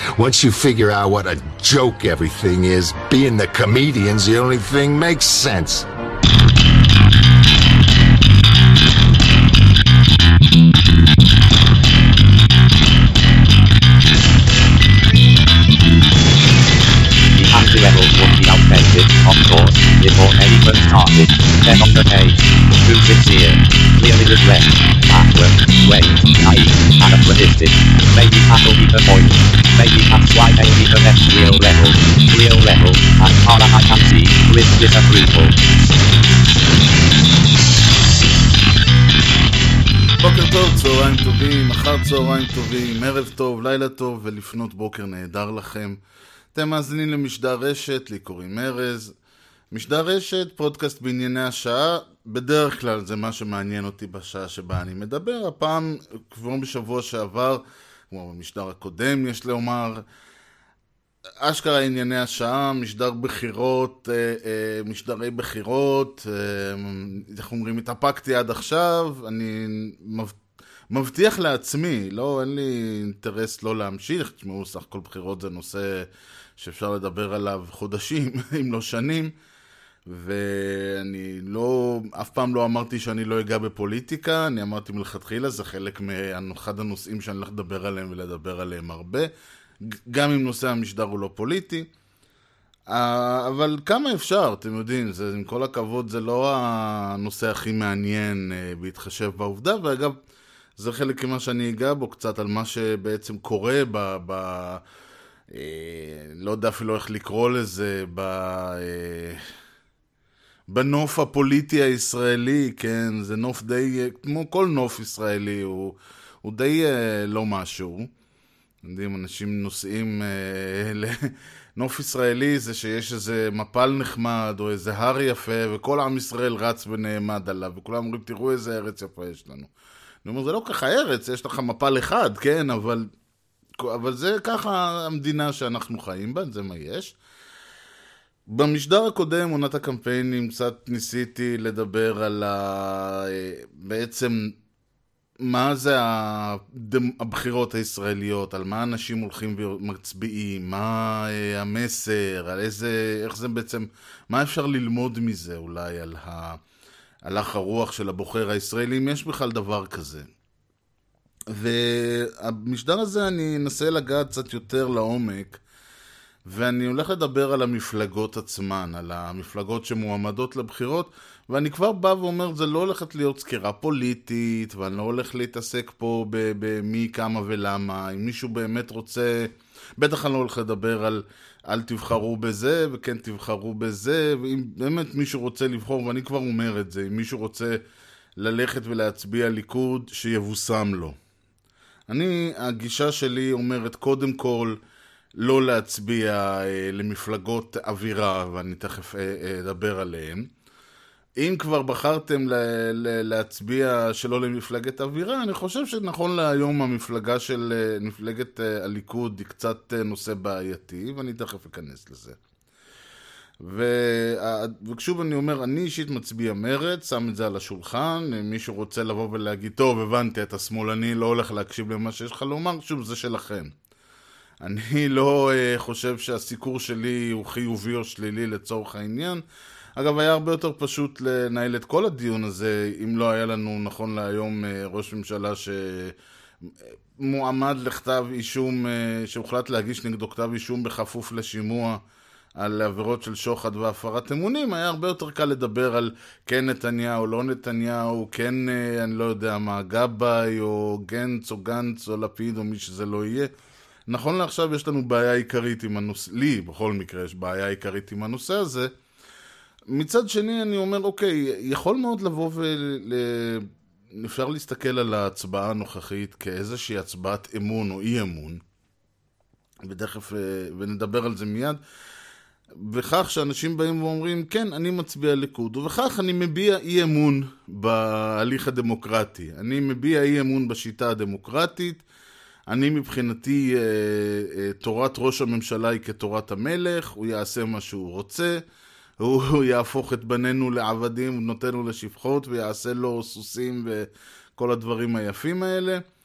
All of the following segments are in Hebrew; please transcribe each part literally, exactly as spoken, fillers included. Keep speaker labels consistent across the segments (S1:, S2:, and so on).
S1: Once you figure out what a joke everything is, being the comedian's the only thing makes sense.
S2: The levels would be outdated, of course, before anyone started. Then on the page, too sincere, clearly regret, backward, wait, naive, anachronistic. Maybe that'll be the point. Maybe that's why they be the next real level. Real level, as far as I can see, with disapproval.
S3: בוקר טוב, צהריים טובים, אחר צהריים טובים, ערב טוב, לילה טוב ולפנות בוקר נהדר לכם. אתם מאזינים למשדר רשת, לי קוראים ארז. משדר רשת, פודקאסט בענייני השעה, בדרך כלל זה מה שמעניין אותי בשעה שבה אני מדבר. הפעם, כבר בשבוע שעבר, כמו במשדר הקודם, יש לומר, אשכרה ענייני השעה, משדר בחירות, משדרי בחירות, איך אומרים, התאפקתי עד עכשיו, אני מבטיח לעצמי, לא, אין לי אינטרס לא להמשיך, תשמעו, סך כל בחירות זה נושא שאפשר לדבר עליו חודשים, אם לא שנים, ואני לא, אף פעם לא אמרתי שאני לא אגע בפוליטיקה, אני אמרתי מלכתחילה, זה חלק מאחד הנושאים שאני הולך לדבר עליהם ולדבר עליהם הרבה, גם אם נושא המשדר הוא לא פוליטי, אבל כמה אפשר, אתם יודעים, זה, עם כל הכבוד זה לא הנושא הכי מעניין בהתחשב בעובדה, ואגב, זה חלק ממה שאני אגע בו קצת על מה שבעצם קורה ב... ב אה, לא יודע אפילו איך לקרוא לזה, ב... אה, בנוף הפוליטי הישראלי, כן? זה נוף די, כמו כל נוף ישראלי, הוא, הוא די אה, לא משהו. יודעים, אנשים נוסעים אה, לנוף ישראלי זה שיש איזה מפל נחמד או איזה הר יפה, וכל עם ישראל רץ ונעמד עליו, וכולם אומרים, תראו איזה ארץ יפה יש לנו. אני אומר, זה לא ככה ארץ, יש לך מפל אחד, כן, אבל, אבל זה ככה המדינה שאנחנו חיים בה, זה מה יש. במשדר הקודם, עונת הקמפיינים, קצת ניסיתי לדבר על ה... בעצם מה זה הבחירות הישראליות, על מה אנשים הולכים ומצביעים, מה המסר, על איזה, איך זה בעצם, מה אפשר ללמוד מזה אולי על ה... הלך הרוח של הבוחר הישראלי, אם יש בכלל דבר כזה. והמשדר הזה אני אנסה לגעת קצת יותר לעומק, ואני הולך לדבר על המפלגות עצמן, על המפלגות שמועמדות לבחירות, ואני כבר בא ואומר, זה לא הולכת להיות סקירה פוליטית, ואני לא הולך להתעסק פה במי, כמה ולמה, אם מישהו באמת רוצה, בטח אני לא הולך לדבר על אל תבחרו בזה, וכן תבחרו בזה, ואם באמת מישהו רוצה לבחור, ואני כבר אומר את זה, אם מישהו רוצה ללכת ולהצביע ליכוד, שיבוסם לו. אני, הגישה שלי אומרת, קודם כל, לא להצביע אה, למפלגות אווירה, ואני תכף אה, אדבר עליהן. אם כבר בחרתם ל- ל- להצביע שלא למפלגת אווירה, אני חושב שנכון להיום המפלגה של מפלגת הליכוד היא קצת נושא בעייתי, ואני תכף אכנס לזה. ו- וכשוב אני אומר, אני אישית מצביע מרץ, שם את זה על השולחן, מישהו רוצה לבוא ולהגיד, טוב, הבנתי, אתה שמאלני, לא הולך להקשיב למה שיש לך לומר, שוב, זה שלכם. אני לא uh, חושב שהסיקור שלי הוא חיובי או שלילי לצורך העניין, אגב, היה הרבה יותר פשוט לנהל את כל הדיון הזה, אם לא היה לנו נכון להיום ראש ממשלה שמועמד לכתב אישום, שהוחלט להגיש נגדו כתב אישום בכפוף לשימוע על עבירות של שוחד והפרת אמונים, היה הרבה יותר קל לדבר על כן נתניהו, לא נתניהו, כן, אני לא יודע מה, גבאי או גנץ או גנץ או לפיד או מי שזה לא יהיה. נכון לעכשיו יש לנו בעיה עיקרית עם הנושא, לי בכל מקרה יש בעיה עיקרית עם הנושא הזה, מצד שני אני אומר, אוקיי, יכול מאוד לבוא ואפשר להסתכל על ההצבעה הנוכחית כאיזושהי הצבעת אמון או אי אמון, ודחף, ונדבר על זה מיד, וכך שאנשים באים ואומרים, כן, אני מצביע ליכוד, ובכך אני מביע אי אמון בהליך הדמוקרטי, אני מביע אי אמון בשיטה הדמוקרטית, אני מבחינתי, תורת ראש הממשלה היא כתורת המלך, הוא יעשה מה שהוא רוצה, הוא יהפוך את בנינו לעבדים ונותנו לשפחות ויעשה לו סוסים וכל הדברים היפים האלה.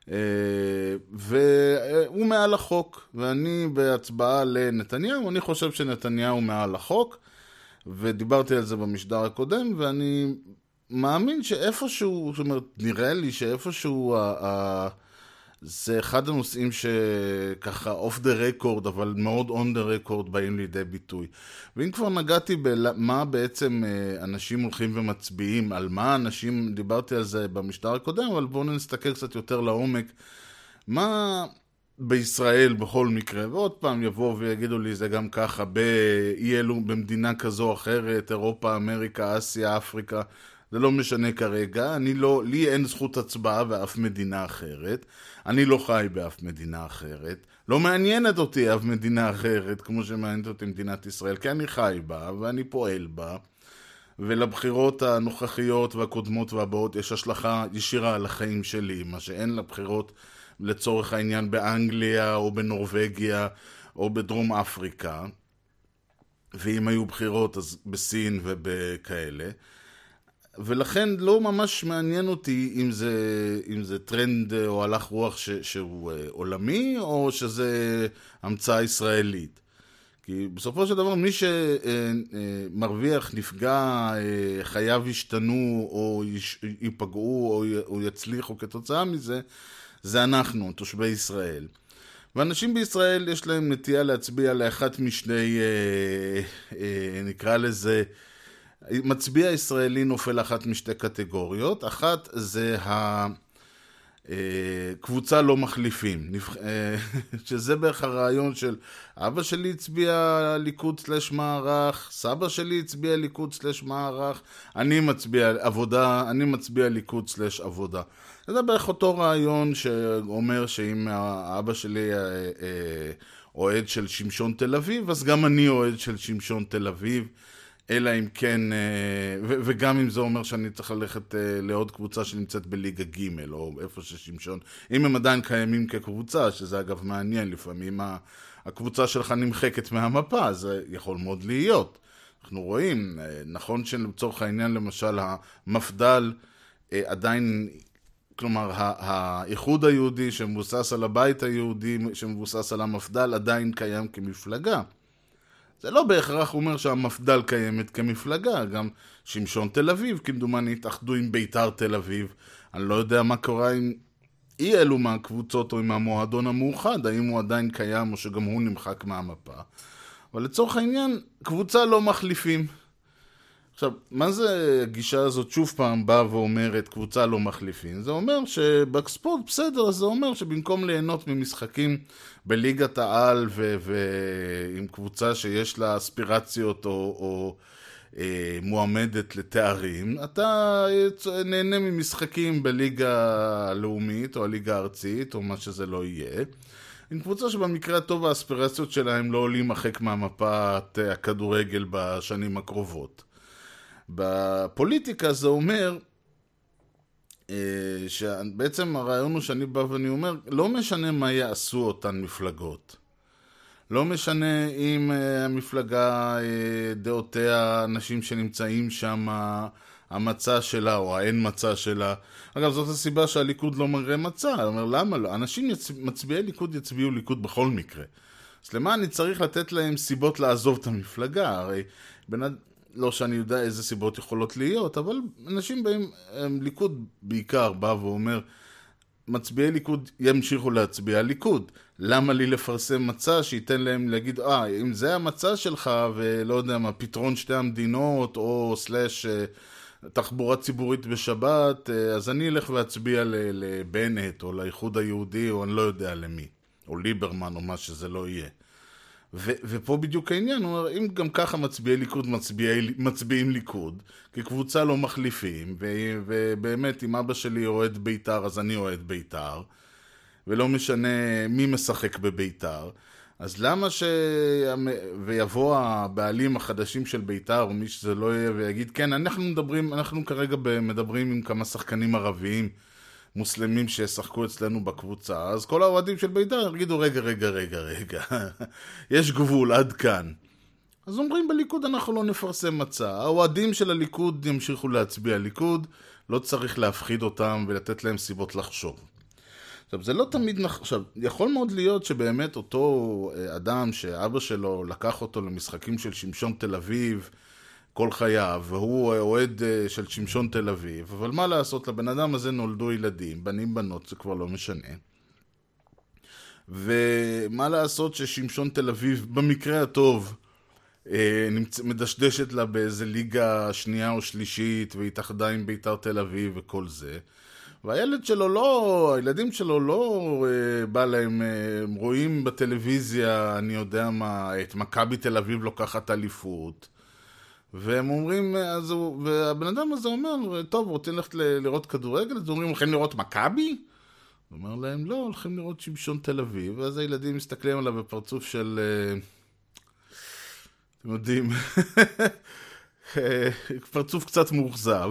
S3: והוא מעל החוק, ואני בהצבעה לנתניהו, אני חושב שנתניהו מעל החוק, ודיברתי על זה במשדר הקודם, ואני מאמין שאיפשהו, זאת אומרת, נראה לי שאיפשהו ה- ה- זה אחד הנושאים שככה off the record, אבל מאוד on the record באים לידי ביטוי. ואם כבר נגעתי במה בעצם אנשים הולכים ומצביעים, על מה אנשים, דיברתי על זה במשדר הקודם, אבל בואו נסתכל קצת יותר לעומק, מה בישראל בכל מקרה, ועוד פעם יבואו ויגידו לי זה גם ככה, באי אלו במדינה כזו או אחרת, אירופה, אמריקה, אסיה, אפריקה, זה לא משנה כרגע, אני לא, לי אין זכות הצבעה באף מדינה אחרת, אני לא חי באף מדינה אחרת, לא מעניינת אותי אף מדינה אחרת, כמו שמעניינת אותי מדינת ישראל, כי אני חי בה ואני פועל בה, ולבחירות הנוכחיות והקודמות והבאות יש השלכה ישירה על החיים שלי, מה שאין לבחירות לצורך העניין באנגליה או בנורווגיה או בדרום אפריקה, ואם היו בחירות אז בסין ובכאלה, ולכן לא ממש מעניין אותי אם זה, אם זה טרנד או הלך רוח ש, שהוא עולמי או שזה המצאה ישראלית. כי בסופו של דבר מי שמרוויח, נפגע, חייו ישתנו או ייפגעו או יצליחו כתוצאה מזה, זה אנחנו, תושבי ישראל. ואנשים בישראל יש להם נטייה להצביע לאחת משני, נקרא לזה, מצביע ישראלי נופל אחת משתי קטגוריות. אחת זה הקבוצה לא מחליפים, שזה בערך הרעיון של אבא שלי הצביע ליכוד סלש מערך, סבא שלי הצביע ליכוד סלש מערך, אני מצביע עבודה, אני מצביע ליכוד סלש עבודה. זה בערך אותו רעיון שאומר שאם האבא שלי אוהד של שמשון תל אביב, אז גם אני אוהד של שמשון תל אביב, אלא אם כן, וגם אם זה אומר שאני צריך ללכת לעוד קבוצה שנמצאת בליגה ג' או איפה ששמשון, אם הם עדיין קיימים כקבוצה, שזה אגב מעניין, לפעמים הקבוצה שלך נמחקת מהמפה, זה יכול מאוד להיות. אנחנו רואים, נכון שלצורך העניין למשל המפד"ל עדיין, כלומר האיחוד היהודי שמבוסס על הבית היהודי שמבוסס על המפד"ל עדיין קיים כמפלגה. זה לא בהכרח אומר שהמפד"ל קיימת כמפלגה, גם שמשון תל אביב, כמדומני התאחדו עם ביתר תל אביב, אני לא יודע מה קורה עם אי אלו מהקבוצות או עם המועדון המאוחד, האם הוא עדיין קיים או שגם הוא נמחק מהמפה, אבל לצורך העניין, קבוצה לא מחליפים. עכשיו, מה זה הגישה הזאת שוב פעם באה ואומרת קבוצה לא מחליפים? זה אומר שבספורט בסדר, זה אומר שבמקום ליהנות ממשחקים בליגת העל ועם קבוצה שיש לה אספירציות או, או אה, מועמדת לתארים, אתה נהנה ממשחקים בליגה הלאומית או הליגה הארצית או מה שזה לא יהיה. עם קבוצה שבמקרה הטוב האספירציות שלהם לא עולים מחק מהמפת הכדורגל בשנים הקרובות. בפוליטיקה זה אומר שבעצם הרעיון הוא שאני בא ואני אומר, לא משנה מה יעשו אותן מפלגות. לא משנה אם המפלגה, דעותיה, אנשים שנמצאים שם, המצע שלה או האין מצע שלה. אגב, זאת הסיבה שהליכוד לא מראה מצע. אומר, למה לא? אנשים מצביעי ליכוד יצביעו ליכוד בכל מקרה. אז למה אני צריך לתת להם סיבות לעזוב את המפלגה? הרי בין... לא שאני יודע איזה סיבות יכולות להיות, אבל אנשים באים, ליכוד בעיקר בא ואומר, מצביעי ליכוד ימשיכו להצביע ליכוד. למה לי לפרסם מצע שייתן להם להגיד, אה, אם זה המצע שלך ולא יודע מה, פתרון שתי המדינות או סלש תחבורה ציבורית בשבת, אז אני אלך ואצביע לבנט או לאיחוד היהודי או אני לא יודע למי, או ליברמן או מה שזה לא יהיה. ו- ופה בדיוק העניין, הוא אומר, אם גם ככה מצביעי ליכוד מצביעי, מצביעים ליכוד, כקבוצה לא מחליפים, ו- ובאמת אם אבא שלי אוהד ביתר, אז אני אוהד ביתר, ולא משנה מי משחק בביתר, אז למה ש... ויבוא הבעלים החדשים של ביתר, או מי שזה לא יהיה, ויגיד, כן, אנחנו מדברים, אנחנו כרגע מדברים עם כמה שחקנים ערביים, מוסלמים שישחקו אצלנו בקבוצה, אז כל האוהדים של בית"ר יגידו, רגע, רגע, רגע, רגע, יש גבול, עד כאן. אז אומרים בליכוד אנחנו לא נפרסם מצע, האוהדים של הליכוד ימשיכו להצביע ליכוד, לא צריך להפחיד אותם ולתת להם סיבות לחשוב. עכשיו, זה לא תמיד נכון, עכשיו, יכול מאוד להיות שבאמת אותו אדם שאבא שלו לקח אותו למשחקים של שמשון תל אביב כל חייו, והוא אוהד של שמשון תל אביב, אבל מה לעשות, לבן אדם הזה נולדו ילדים, בנים בנות, זה כבר לא משנה. ומה לעשות ששמשון תל אביב, במקרה הטוב, מדשדשת לה באיזה ליגה שנייה או שלישית, והתאחדה עם בית"ר תל אביב וכל זה. והילד שלו לא, הילדים שלו לא בא להם, הם רואים בטלוויזיה, אני יודע מה, את מכבי תל אביב לוקחת אליפות. והם אומרים, אז הוא, והבן אדם הזה אומר, טוב, רוצים ללכת לראות כדורגל? אז אומרים, הולכים לראות מכבי? הוא אומר להם, לא, הולכים לראות שמשון תל אביב. ואז הילדים מסתכלים עליו בפרצוף של... אתם יודעים, פרצוף קצת מאוכזב,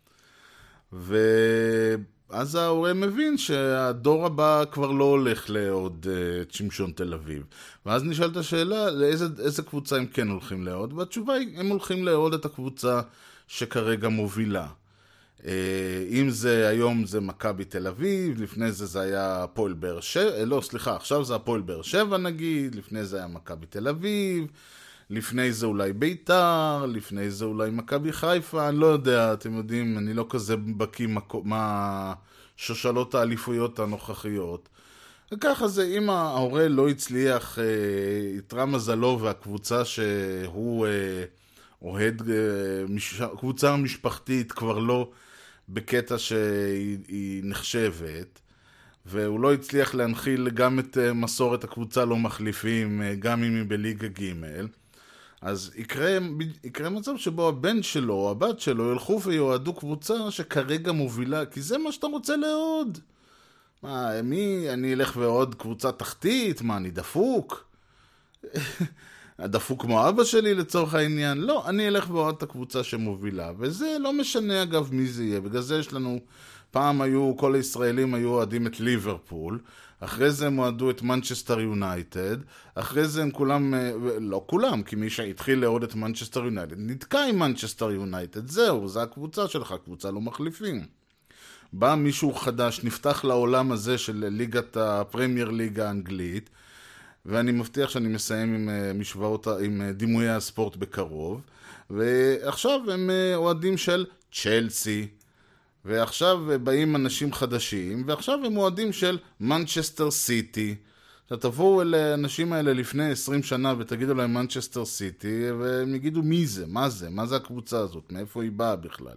S3: ואז ההורה מבין שהדור הבא כבר לא הולך לעוד את שמשון תל אביב. ואז נשאלת השאלה, לאיזה איזה קבוצה הם כן הולכים לעוד? והתשובה היא, הם הולכים לעוד את הקבוצה שכרגע מובילה. אם זה היום זה מכבי תל אביב, לפני זה זה היה הפועל באר שבע, לא סליחה, עכשיו זה הפועל באר שבע נגיד, לפני זה היה מכבי תל אביב, לפני זה אולי ביתר, לפני זה אולי מכבי חיפה, אני לא יודע, אתם יודעים, אני לא כזה בקיא מה שושלות האליפויות הנוכחיות. וככה זה, אם ההורה לא הצליח, יתרה מזלו והקבוצה שהוא אוהד, קבוצה משפחתית כבר לא בקטע שהיא נחשבת, והוא לא הצליח להנחיל גם את מסורת הקבוצה לא מחליפים, גם אם היא בליגה ג', אז יקרה, יקרה מצב שבו הבן שלו או הבת שלו ילכו ויועדו קבוצה שכרגע מובילה, כי זה מה שאתה רוצה לעוד. מה, מי, אני אלך ועוד קבוצה תחתית? מה, אני דפוק? דפוק כמו אבא שלי לצורך העניין? לא, אני אלך ועוד את הקבוצה שמובילה, וזה לא משנה אגב מי זה יהיה. בגלל זה יש לנו, פעם היו, כל הישראלים היו אוהדים את ליברפול, אחרי זה הם אוהדו את מנצ'סטר יונייטד, אחרי זה הם כולם, לא כולם, כי מי שהתחיל לאהוד את מנצ'סטר יונייטד, נתקע עם מנצ'סטר יונייטד, זהו, זה הקבוצה שלך, קבוצה לא מחליפים. בא מישהו חדש, נפתח לעולם הזה של ליגת הפרמייר ליגה האנגלית, ואני מבטיח שאני מסיים עם משוואות, עם דימויי הספורט בקרוב, ועכשיו הם אוהדים של צ'לסי, ועכשיו באים אנשים חדשים, ועכשיו הם מועדים של מנצ'סטר סיטי. תבואו אל האנשים האלה לפני עשרים שנה ותגידו להם מנצ'סטר סיטי, והם יגידו מי זה, מה זה, מה זה הקבוצה הזאת, מאיפה היא באה בכלל.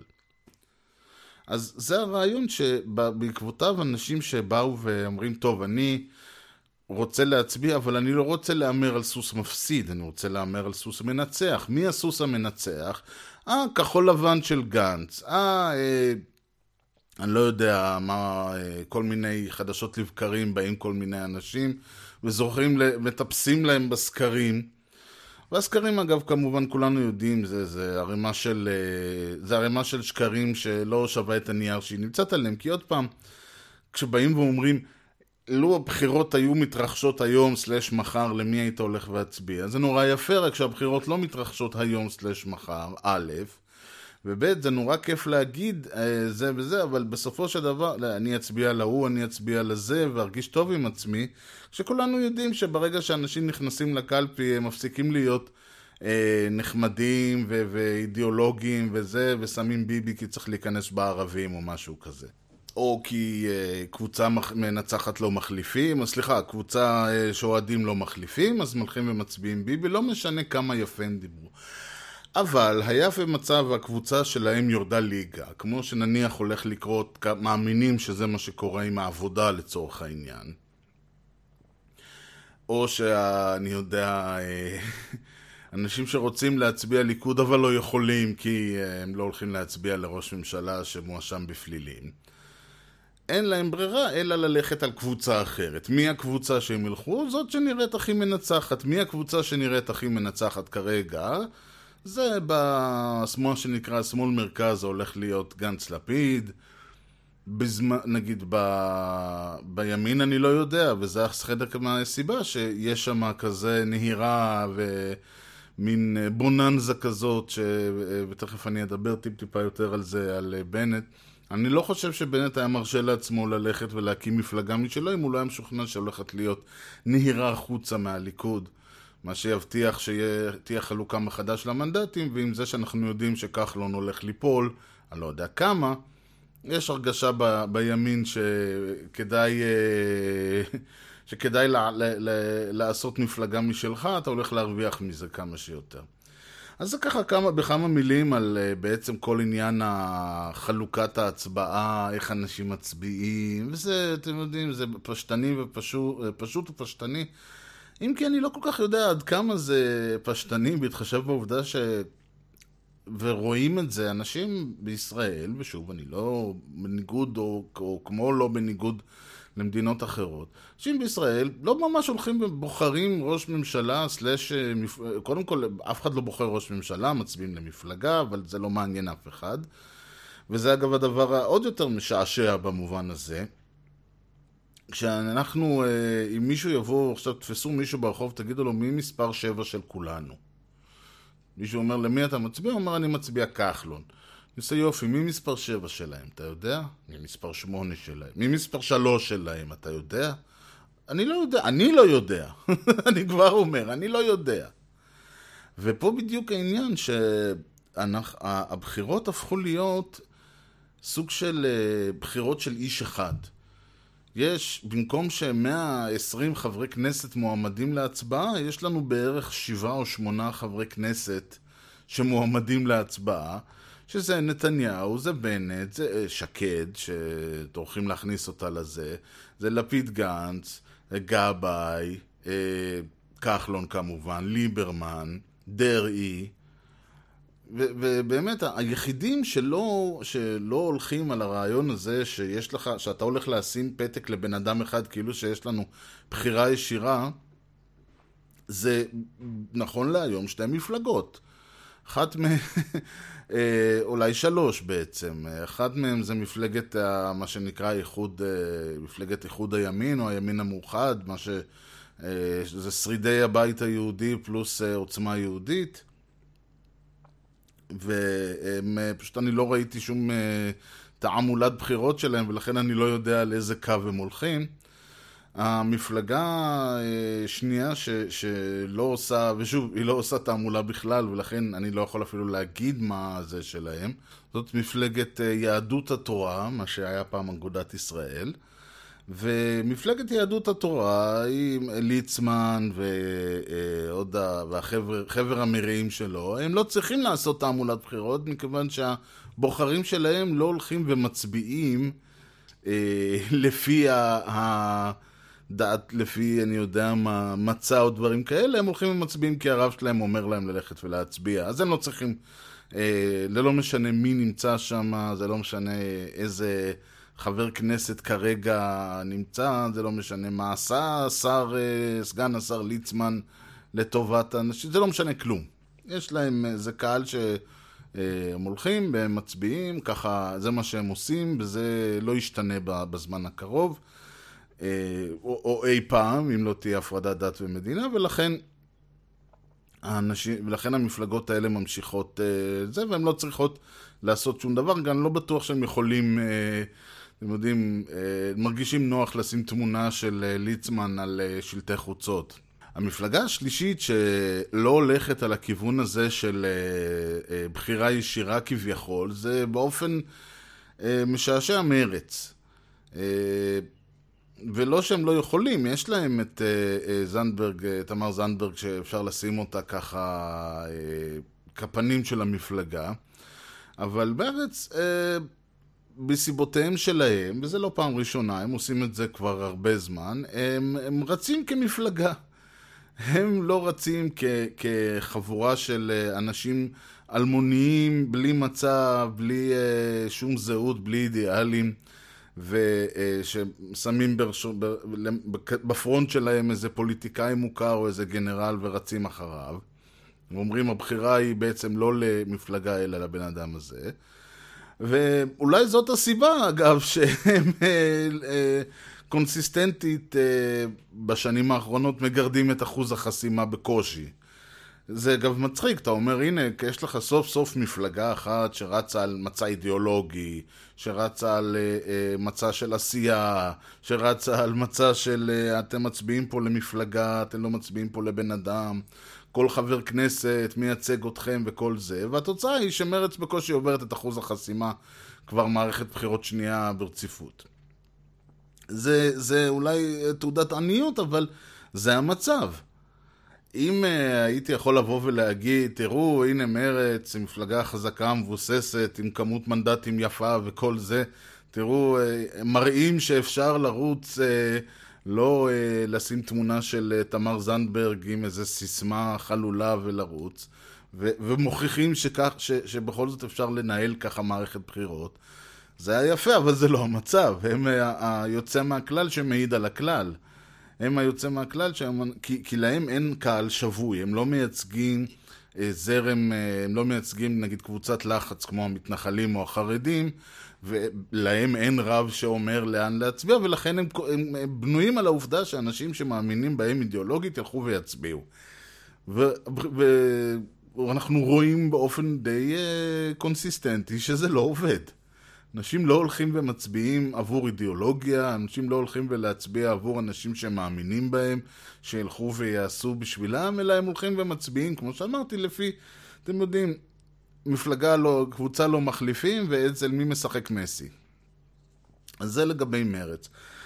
S3: אז זה הרעיון שבעקבותיו אנשים שבאו ואומרים, טוב, אני רוצה להצביע, אבל אני לא רוצה לאמר על סוס מפסיד, אני רוצה לאמר על סוס מנצח. מי הסוס המנצח? אה, כחול לבן של גנץ. אה, אה אני לא יודע מה, כל מיני חדשות לבקרים, באים כל מיני אנשים, וזוכרים, מטפסים להם בסקרים. והסקרים אגב, כמובן כולנו יודעים, זה, זה הרמה של, זה הרמה של שקרים שלא שווה את הנייר שהיא נמצאת עליהם, כי עוד פעם, כשבאים ואומרים, לו הבחירות היו מתרחשות היום סלש מחר, למי היית הולך והצביע? זה נורא יפה, רק שהבחירות לא מתרחשות היום סלש מחר, א', וב' זה נורא כיף להגיד זה וזה, אבל בסופו של דבר, לא, אני אצביע להוא, אני אצביע לזה, וארגיש טוב עם עצמי, שכולנו יודעים שברגע שאנשים נכנסים לקלפי, הם מפסיקים להיות אה, נחמדים ו- ואידיאולוגיים וזה, ושמים ביבי כי צריך להיכנס בערבים או משהו כזה. או כי אה, קבוצה מח- מנצחת לא מחליפים, או סליחה, קבוצה אה, שאוהדים לא מחליפים, אז מלכים ומצביעים ביבי, לא משנה כמה יפה הם דיברו. אבל היה במצב הקבוצה שלהם יורדה ליגה, כמו שנניח הולך לקרות, מאמינים שזה מה שקורה עם העבודה לצורך העניין. או שאני יודע, אנשים שרוצים להצביע ליכוד אבל לא יכולים כי הם לא הולכים להצביע לראש ממשלה שמואשם בפלילים. אין להם ברירה אלא ללכת על קבוצה אחרת. מי הקבוצה שהם ילכו? זאת שנראית הכי מנצחת. מי הקבוצה שנראית הכי מנצחת כרגע? זה בשמאל שנקרא שמאל מרכז, הולך להיות גנץ לפיד. בזמן, נגיד ב... בימין אני לא יודע, וזה חלק מהסיבה שיש שם כזה נהירה ומין בוננזה כזאת, ש... ותכף אני אדבר טיפ טיפה יותר על זה, על בנט. אני לא חושב שבנט היה מרשה לעצמו ללכת ולהקים מפלגה משלו, אם הוא לא היה משוכנע שהולכת להיות נהירה החוצה מהליכוד, מה שיבטיח שתהיה חלוקה מחדש למנדטים, ועם זה שאנחנו יודעים שכחלון הולך ליפול, אני לא יודע כמה, יש הרגשה ב, בימין שכדאי, שכדאי ל, ל, ל, לעשות מפלגה משלך, אתה הולך להרוויח מזה כמה שיותר. אז זה ככה כמה, בכמה מילים על בעצם כל עניין חלוקת ההצבעה, איך אנשים מצביעים, וזה, אתם יודעים, זה פשטני ופשוט, פשוט ופשטני. אם כי אני לא כל כך יודע עד כמה זה פשטני, בהתחשב בעובדה ש... ורואים את זה אנשים בישראל, ושוב, אני לא בניגוד, או, או כמו לא בניגוד למדינות אחרות. אנשים בישראל לא ממש הולכים ובוחרים ראש ממשלה, סלש, קודם כל, אף אחד לא בוחר ראש ממשלה, מצביעים למפלגה, אבל זה לא מעניין אף אחד. וזה אגב הדבר העוד יותר משעשע במובן הזה. כשאנחנו, אם מישהו יבוא, עכשיו תפסו מישהו ברחוב, תגידו לו מי מספר שבע של כולנו. מישהו אומר, למי אתה מצביע? הוא אומר, אני מצביע כחלון. ניסה יופי, מי מספר שבע שלהם, אתה יודע? מי מספר שמונה שלהם? מי מספר שלוש שלהם, אתה יודע? אני לא יודע, אני לא יודע. אני כבר אומר, אני לא יודע. ופה בדיוק העניין שהבחירות הפכו להיות סוג של בחירות של איש אחד. יש, במקום ש-מאה ועשרים חברי כנסת מועמדים להצבעה, יש לנו בערך שבעה או שמונה חברי כנסת שמועמדים להצבעה, שזה נתניהו, זה בנט, זה שקד, שתורכים להכניס אותה לזה, זה לפיד גנץ, גבאי, כחלון כמובן, ליברמן, דרעי, ובאמת היחידים שלא, שלא הולכים על הרעיון הזה שיש לך, שאתה הולך לשים פתק לבן אדם אחד כאילו שיש לנו בחירה ישירה, זה נכון להיום שתי מפלגות. אחת מהם, אולי שלוש בעצם, אחת מהם זה מפלגת, מה שנקרא איחוד, מפלגת איחוד הימין או הימין המאוחד, מה ש... זה שרידי הבית היהודי פלוס עוצמה יהודית, ופשוט אני לא ראיתי שום תעמולת בחירות שלהם, ולכן אני לא יודע על איזה קו הם הולכים. המפלגה שנייה ש, שלא עושה, ושוב, היא לא עושה תעמולה בכלל, ולכן אני לא יכול אפילו להגיד מה זה שלהם. זאת מפלגת יהדות התורה, מה שהיה פעם אגודת ישראל. ומפלגת יהדות התורה היא ליצמן ועוד והחבר חבר המרעים שלו, הם לא צריכים לעשות תעמולת בחירות, מכיוון שהבוחרים שלהם לא הולכים ומצביעים אה, לפי הדעת, לפי אני יודע מה, מצע או דברים כאלה, הם הולכים ומצביעים כי הרב שלהם אומר להם ללכת ולהצביע, אז הם לא צריכים, אה, זה לא משנה מי נמצא שם, זה לא משנה איזה חבר כנסת כרגע נמצא, זה לא משנה מה עשה, שר, סגן השר ליצמן לטובת אנשים, זה לא משנה כלום. יש להם, זה קהל שהם הולכים והם מצביעים, ככה זה מה שהם עושים, וזה לא ישתנה בזמן הקרוב, או, או אי פעם, אם לא תהיה הפרדת דת ומדינה, ולכן האנשים, ולכן המפלגות האלה ממשיכות זה, והן לא צריכות לעשות שום דבר, גם לא בטוח שהם יכולים, אתם יודעים, מרגישים נוח לשים תמונה של ליצמן על שלטי חוצות. המפלגה השלישית שלא הולכת על הכיוון הזה של בחירה ישירה כביכול, זה באופן משעשע מרץ. ולא שהם לא יכולים, יש להם את זנדברג, תמר זנדברג, שאפשר לשים אותה ככה כפנים של המפלגה, אבל בארץ, בסיבותיהם שלהם, וזה לא פעם ראשונה, הם עושים את זה כבר הרבה זמן, הם, הם רצים כמפלגה. הם לא רצים כ, כחבורה של אנשים אלמוניים, בלי מצע, בלי שום זהות, בלי אידיאלים, וששמים ברשו, בפרונט שלהם איזה פוליטיקאי מוכר או איזה גנרל ורצים אחריו. ואומרים, הבחירה היא בעצם לא למפלגה אלא לבן אדם הזה. ואולי זאת הסיבה, אגב, שהם קונסיסטנטית בשנים האחרונות מגרדים את אחוז החסימה בקושי. זה אגב מצחיק, אתה אומר, הנה, יש לך סוף סוף מפלגה אחת שרצה על מצע אידיאולוגי, שרצה על uh, מצע של עשייה, שרצה על מצע של uh, אתם מצביעים פה למפלגה, אתם לא מצביעים פה לבן אדם, כל חבר כנסת מייצג אתכם וכל זה, והתוצאה היא שמרץ בקושי עוברת את אחוז החסימה כבר מערכת בחירות שנייה ברציפות. זה, זה אולי תעודת עניות, אבל זה המצב. אם uh, הייתי יכול לבוא ולהגיד, תראו, הנה מרץ, מפלגה חזקה, מבוססת, עם כמות מנדטים יפה וכל זה, תראו, uh, מראים שאפשר לרוץ, uh, לא uh, לשים תמונה של uh, תמר זנדברג עם איזו סיסמה חלולה ולרוץ, ו- ומוכיחים שכך, ש- שבכל זאת אפשר לנהל ככה מערכת בחירות. זה היה יפה, אבל זה לא המצב. הם היוצא מהכלל שמעיד על הכלל. הם היוצא מהכלל, שהם, כי, כי להם אין קהל שבוי, הם לא מייצגים אה, זרם, אה, הם לא מייצגים נגיד קבוצת לחץ כמו המתנחלים או החרדים, ולהם אין רב שאומר לאן להצביע, ולכן הם, הם, הם בנויים על העובדה שאנשים שמאמינים בהם אידיאולוגית ילכו ויצביעו. ו, ו, ואנחנו רואים באופן די אה, קונסיסטנטי שזה לא עובד. אנשים לא הולכים ומצביעים עבור אידיאולוגיה, אנשים לא הולכים ולהצביע עבור אנשים שמאמינים בהם, שילכו ויעשו בשבילם, אלא הם הולכים ומצביעים, כמו שאמרתי, לפי, אתם יודעים, מפלגה לא, קבוצה לא מחליפים, ואצל מי משחק מסי. אז זה לגבי מרץ.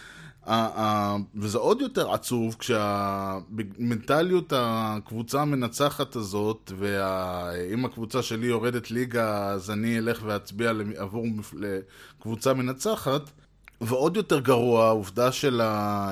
S3: וזה עוד יותר עצוב כשהמנטליות הקבוצה המנצחת הזאת, ואם הקבוצה שלי יורדת ליגה אז אני אלך ואצביע עבור קבוצה מנצחת, ועוד יותר גרוע העובדה של ה...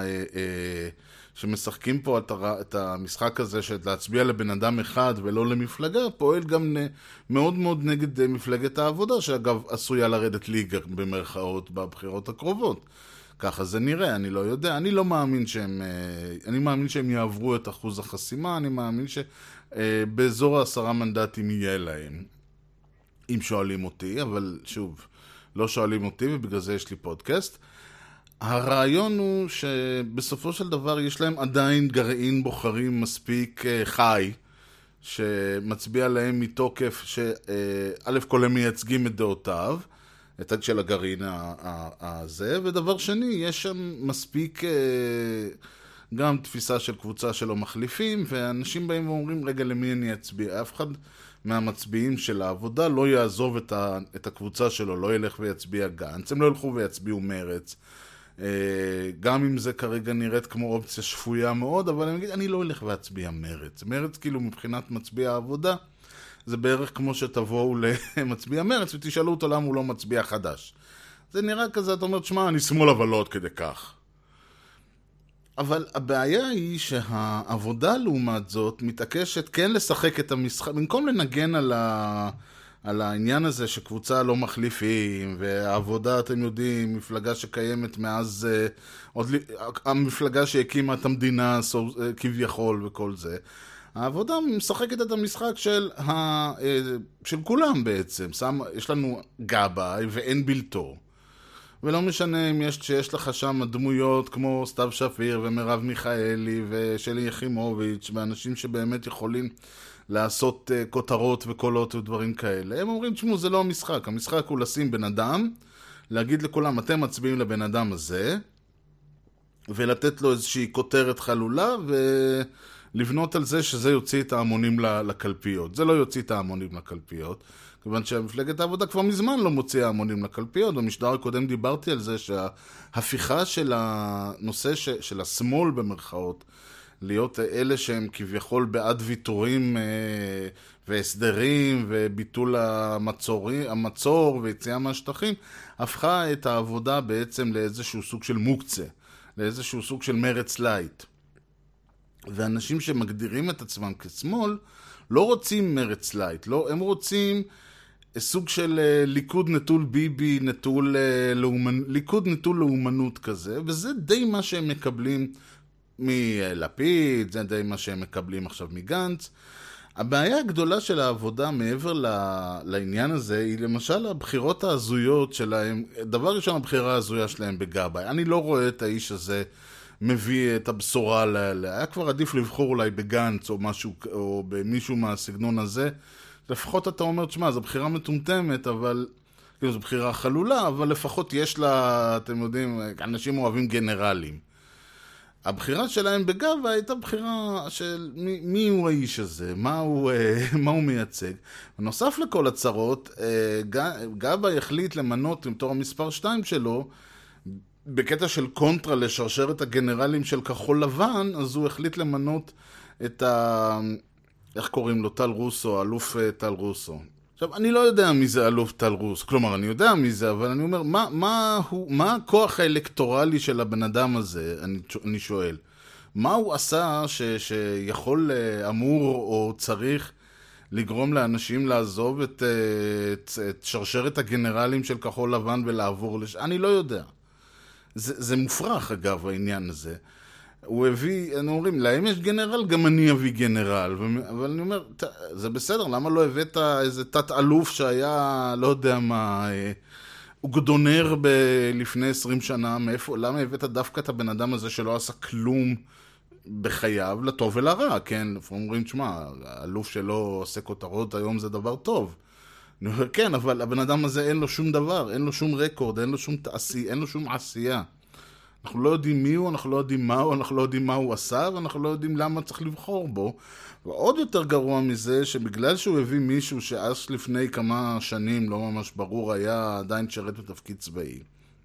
S3: שמשחקים פה את המשחק הזה של להצביע לבן אדם אחד ולא למפלגה, פועל גם מאוד מאוד נגד מפלגת העבודה, שאגב עשויה לרדת ליגה במרכאות בבחירות הקרובות. ככה זה נראה, אני לא יודע, אני לא מאמין שהם, אני מאמין שהם יעברו את אחוז החסימה, אני מאמין שבאזור העשרה מנדטים יהיה להם, אם שואלים אותי, אבל שוב, לא שואלים אותי ובגלל זה יש לי פודקאסט. הרעיון הוא שבסופו של דבר יש להם עדיין גרעין בוחרים מספיק חי, שמצביע להם מתוקף שא' כל הם מייצגים את דעותיו, את עד של הגרעין הזה, ודבר שני, יש שם מספיק גם תפיסה של קבוצה שלא מחליפים, ואנשים באים ואומרים, רגע, למי אני אצביע? אף אחד מהמצביעים של העבודה לא יעזוב את, ה, את הקבוצה שלו, לא ילך ויצביע גנץ, הם לא ילכו ויצביעו מרץ, גם אם זה כרגע נראית כמו אופציה שפויה מאוד, אבל אני אגיד, אני לא אלך ואצביע מרץ. מרץ כאילו מבחינת מצביע העבודה, זה בערך כמו שתבואו למצביע מרץ ותשאלו אותו למה הוא לא מצביע חדש. זה נראה כזה, אתה אומר, שמה, אני שמאל אבל לא עוד כדי כך. אבל הבעיה היא שהעבודה לעומת זאת מתעקשת כן לשחק את המשחק, במקום לנגן על, ה... על העניין הזה שקבוצה לא מחליפים, והעבודה, אתם יודעים, מפלגה שקיימת מאז, עוד... המפלגה שהקימה את המדינה כביכול וכל זה, העבודה משחקת את המשחק של, ה... של כולם בעצם. שם... יש לנו גבאי ואין בלתו. ולא משנה אם יש, שיש לך שם דמויות כמו סתיו שפיר ומרב מיכאלי ושלי יחימוביץ' ואנשים שבאמת יכולים לעשות uh, כותרות וקולות ודברים כאלה. הם אומרים, תשמעו, זה לא המשחק. המשחק הוא לשים בן אדם, להגיד לכולם, אתם מצביעים לבן אדם הזה, ולתת לו איזושהי כותרת חלולה, ולבנות על זה שזה יוציא את ההמונים לקלפיות. זה לא יוציא את ההמונים לקלפיות. כיוון שהמפלגת העבודה כבר מזמן לא מוציאה המונים לקלפיות. במשדר הקודם דיברתי על זה שההפיכה של הנושא ש, של השמאל במרכאות, להיות אלה שהם כביכול בעד ויתורים אה, והסדרים וביטול המצורי, המצור ויציאה מהשטחים, הפכה את העבודה בעצם לאיזשהו סוג של מוקצה, לאיזשהו סוג של מרץ לייט. ואנשים שמגדירים את עצמם כשמאל לא רוצים מרץ לייט, לא, הם רוצים סוג של ליכוד נטול ביבי, נטול לאומנ... ליכוד נטול לאומנות כזה, וזה די מה שהם מקבלים מלפיד, זה די מה שהם מקבלים עכשיו מגנץ. הבעיה הגדולה של העבודה מעבר לעניין הזה היא למשל הבחירות ההזויות שלהם. דבר ראשון, הבחירה ההזויה שלהם בגבאי. אני לא רואה את האיש הזה מביא את הבשורה, ל... היה כבר עדיף לבחור אולי בגנץ או משהו, או במישהו מהסגנון הזה. לפחות אתה אומר, תשמע, זו בחירה מטומטמת, אבל, כאילו זו בחירה חלולה, אבל לפחות יש לה, אתם יודעים, אנשים אוהבים גנרלים. הבחירה שלהם בגאווה הייתה בחירה של מי, מי הוא האיש הזה, מה הוא, מה הוא מייצג. ונוסף לכל הצרות, גאווה החליט למנות עם תור המספר שתיים שלו, בקטע של קונטרה לשרשרת הגנרלים של כחול לבן, אז הוא החליט למנות את ה... איך קוראים לו? טל רוסו, אלוף טל רוסו. עכשיו, אני לא יודע מי זה אלוף טל רוסו, כלומר, אני יודע מי זה, אבל אני אומר, מה, מה, הוא, מה הכוח האלקטורלי של הבן אדם הזה, אני, אני שואל. מה הוא עשה ש, שיכול, אמור או צריך לגרום לאנשים לעזוב את, את, את שרשרת הגנרלים של כחול לבן ולעבור לש... אני לא יודע. זה, זה מופרך, אגב, העניין הזה. הוא הביא, אני אומרים, להם יש גנרל, גם אני אביא גנרל. אבל אני אומר, זה בסדר, למה לא הבאת איזה תת-אלוף שהיה, לא יודע מה, אוגדונר ב- לפני עשרים שנה, מאיפה, למה הבאת דווקא את הבן אדם הזה שלא עשה כלום בחייו, לטוב ולרע, כן? אומרים, תשמע, האלוף שלא עושה כותרות היום זה דבר טוב. אני אומר, כן, אבל הבן אדם הזה אין לו שום דבר, אין לו שום רקורד, אין לו שום תעשי, אין לו שום עשייה. אנחנו לא יודעים מי הוא, אנחנו לא יודעים מה הוא, אנחנו לא יודעים מה הוא עשה, ואנחנו לא יודעים למה צריך לבחור בו. ועוד יותר גרוע מזה, שבגלל שהוא הביא מישהו שאז לפני כמה שנים, לא ממש ברור, היה עדיין שרת בתפקיד צבאי.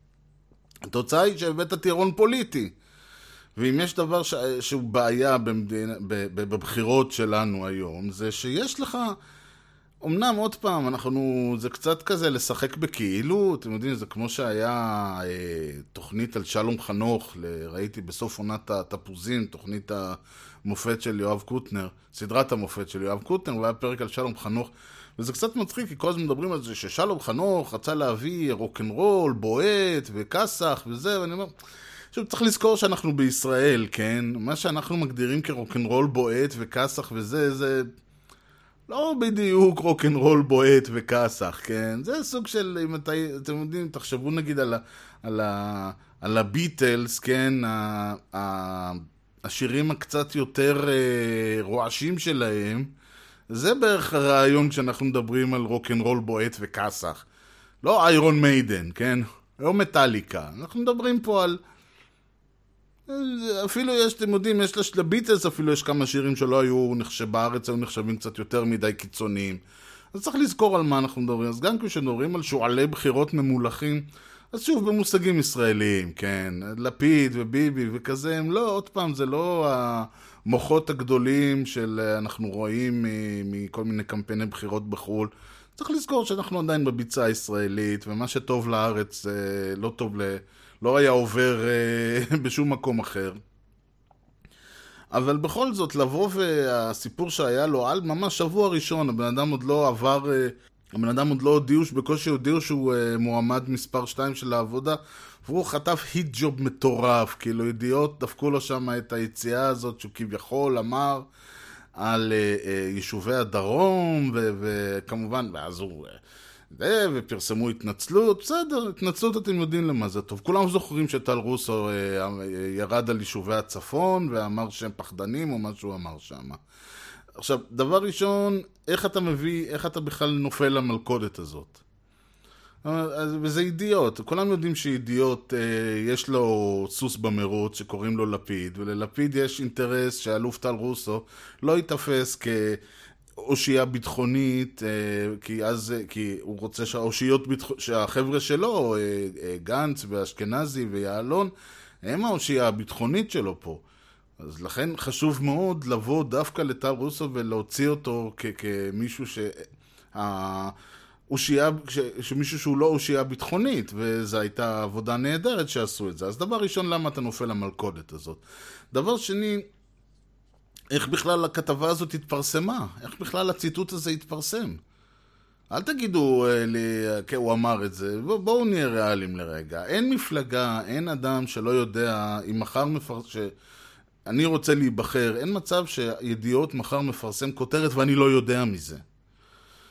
S3: התוצאה היא שהבאת טירון פוליטי. ואם יש דבר ש... שהוא בעיה במדינה, בבחירות שלנו היום, זה שיש לך... אמנם עוד פעם, אנחנו, זה קצת כזה לשחק בכאילו, אתם יודעים, זה כמו שהיה אה, תוכנית על שלום חנוך, ראיתי בסוף עונת התפוזים, תוכנית המופת של יואב קוטנר, סדרת המופת של יואב קוטנר, והיה פרק על שלום חנוך, וזה קצת מצחיק, כי כל הזמן מדברים על זה ששלום חנוך רצה להביא רוק'נ'רול, בועט וקסח וזה, ואני אומר, עכשיו צריך לזכור שאנחנו בישראל, כן? מה שאנחנו מגדירים כרוק'נ'רול, בועט וקסח וזה, זה... לא בדיוק רוק'נ'רול בועט וקסח, כן? זה סוג של, אם את, אתם יודעים, תחשבו נגיד על, ה, על, ה, על הביטלס, כן? ה, ה, השירים הקצת יותר אה, רועשים שלהם, זה בערך הרעיון כשאנחנו מדברים על רוק'נ'רול בועט וקסח. לא איירון מיידן, כן? לא מטליקה. אנחנו מדברים פה על... אפילו יש, אתם יודעים, יש לביטלס, אפילו יש כמה שירים שלא היו נחשב בארץ, היו נחשבים קצת יותר מדי קיצוניים. אז צריך לזכור על מה אנחנו מדברים. אז גם כשנדברים על שועלי בחירות ממולכים, אז שוב במושגים ישראליים, כן, לפיד וביבי וכזה, הם לא, עוד פעם, זה לא המוחות הגדולים של אנחנו רואים מכל מיני קמפייני בחירות בחול. צריך לזכור שאנחנו עדיין בביצה הישראלית, ומה שטוב לארץ לא טוב ל... לא היה עובר אה, בשום מקום אחר. אבל בכל זאת, לבוא והסיפור שהיה לו על ממש שבוע ראשון, הבן אדם עוד לא עבר, אה, הבן אדם עוד לא הודיעו, שבקושי הודיעו שהוא אה, מועמד מספר שתיים של העבודה, והוא חטף היט ג'וב מטורף, כאילו ידיעות דפקו לו שם את היציאה הזאת, שהוא כביכול אמר על אה, אה, יישובי הדרום, ו- וכמובן, ואז הוא... אה, ופרסמו התנצלות, בסדר, התנצלות אתם יודעים למה זה טוב. כולם זוכרים שטל רוסו ירד על יישובי הצפון ואמר שהם פחדנים או מה שהוא אמר שם. עכשיו, דבר ראשון, איך אתה מביא, איך אתה בכלל נופל למלכודת הזאת? וזה אידיוט, כולם יודעים שאידיוט יש לו סוס במרוץ שקוראים לו לפיד, וללפיד יש אינטרס שאלוף טל רוסו לא יתפס כ... אושייה ביטחונית, כי אז, כי הוא רוצה שהאושיות, שהחבר'ה שלו, גנץ ואשכנזי ויעלון, הם האושייה הביטחונית שלו פה. אז לכן חשוב מאוד לבוא דווקא לטל רוסו ולהוציא אותו כ- כמישהו ש... אושייה, שמישהו שהוא לא אושייה ביטחונית, וזו הייתה עבודה נהדרת שעשו את זה. אז דבר ראשון, למה אתה נופל למלכודת הזאת? דבר שני, איך בכלל הכתבה הזאת התפרסמה? איך בכלל הציטוט הזה התפרסם? אל תגידו לי, כן, הוא אמר את זה. בואו נהיה ריאליים לרגע. אין מפלגה, אין אדם שלא יודע, אם מחר מפרסם, שאני רוצה להיבחר, אין מצב שידיעות מחר מפרסם כותרת ואני לא יודע מזה.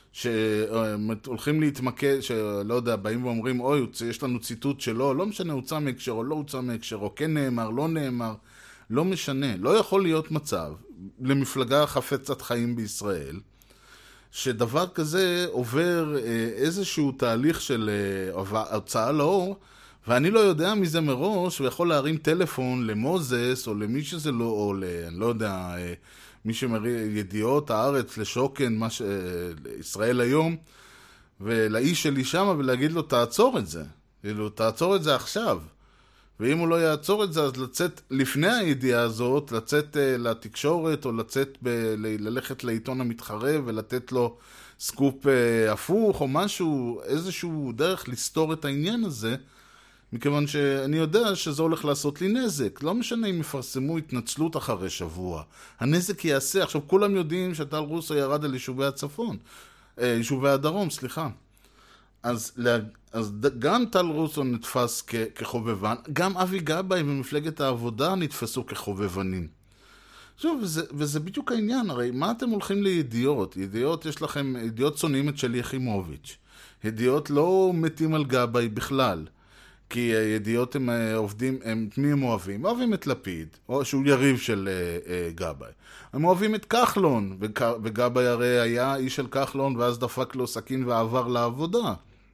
S3: שהולכים להתמקד, שלא יודע, באים ואומרים, אוי, יש לנו ציטוט שלו, לא משנה, הוצא מהקשר או לא הוצא מהקשר, או כן נאמר, לא נאמר, לא משנה. לא יכול להיות מצב למפלגה חפצת חיים בישראל, שדבר כזה עובר איזשהו תהליך של הוצאה לאור, ואני לא יודע מזה מראש, ויכול להרים טלפון למוזס, או למי שזה לא, או ל... אני לא יודע, מי שמראה ידיעות הארץ, לשוקן, מה ש... ישראל היום, ולאיש שלי שמה, ולהגיד לו, תעצור את זה. כאילו, תעצור את זה עכשיו. ואם הוא לא יעצור את זה, אז לצאת לפני הידיעה הזאת, לצאת uh, לתקשורת, או לצאת, ב... ללכת לעיתון המתחרה, ולתת לו סקופ uh, הפוך, או משהו, איזשהו דרך לסתור את העניין הזה, מכיוון שאני יודע שזה הולך לעשות לי נזק. לא משנה אם יפרסמו התנצלות אחרי שבוע. הנזק יעשה. עכשיו, כולם יודעים שטל רוסו ירד על יישובי הצפון. יישובי הדרום, סליחה. אז, אז גם טל רוסו נתפס כ, כחובבן, גם אבי גבאי ומפלגת העבודה נתפסו כחובבנים. שוב, וזה, וזה בדיוק העניין. הרי מה אתם הולכים לידיעות? ידיעות, יש לכם, ידיעות צונאים את שלי יחימוביץ'. ידיעות לא מתים על גבאי בכלל. כי הידיעות הם עובדים, הם, מי הם אוהבים? אוהבים את לפיד, או שהוא יריב של uh, uh, גבאי. הם אוהבים את כחלון, וגב, וגבאי הרי היה איש של כחלון, ואז דפק לו סכין ועבר לעבודה.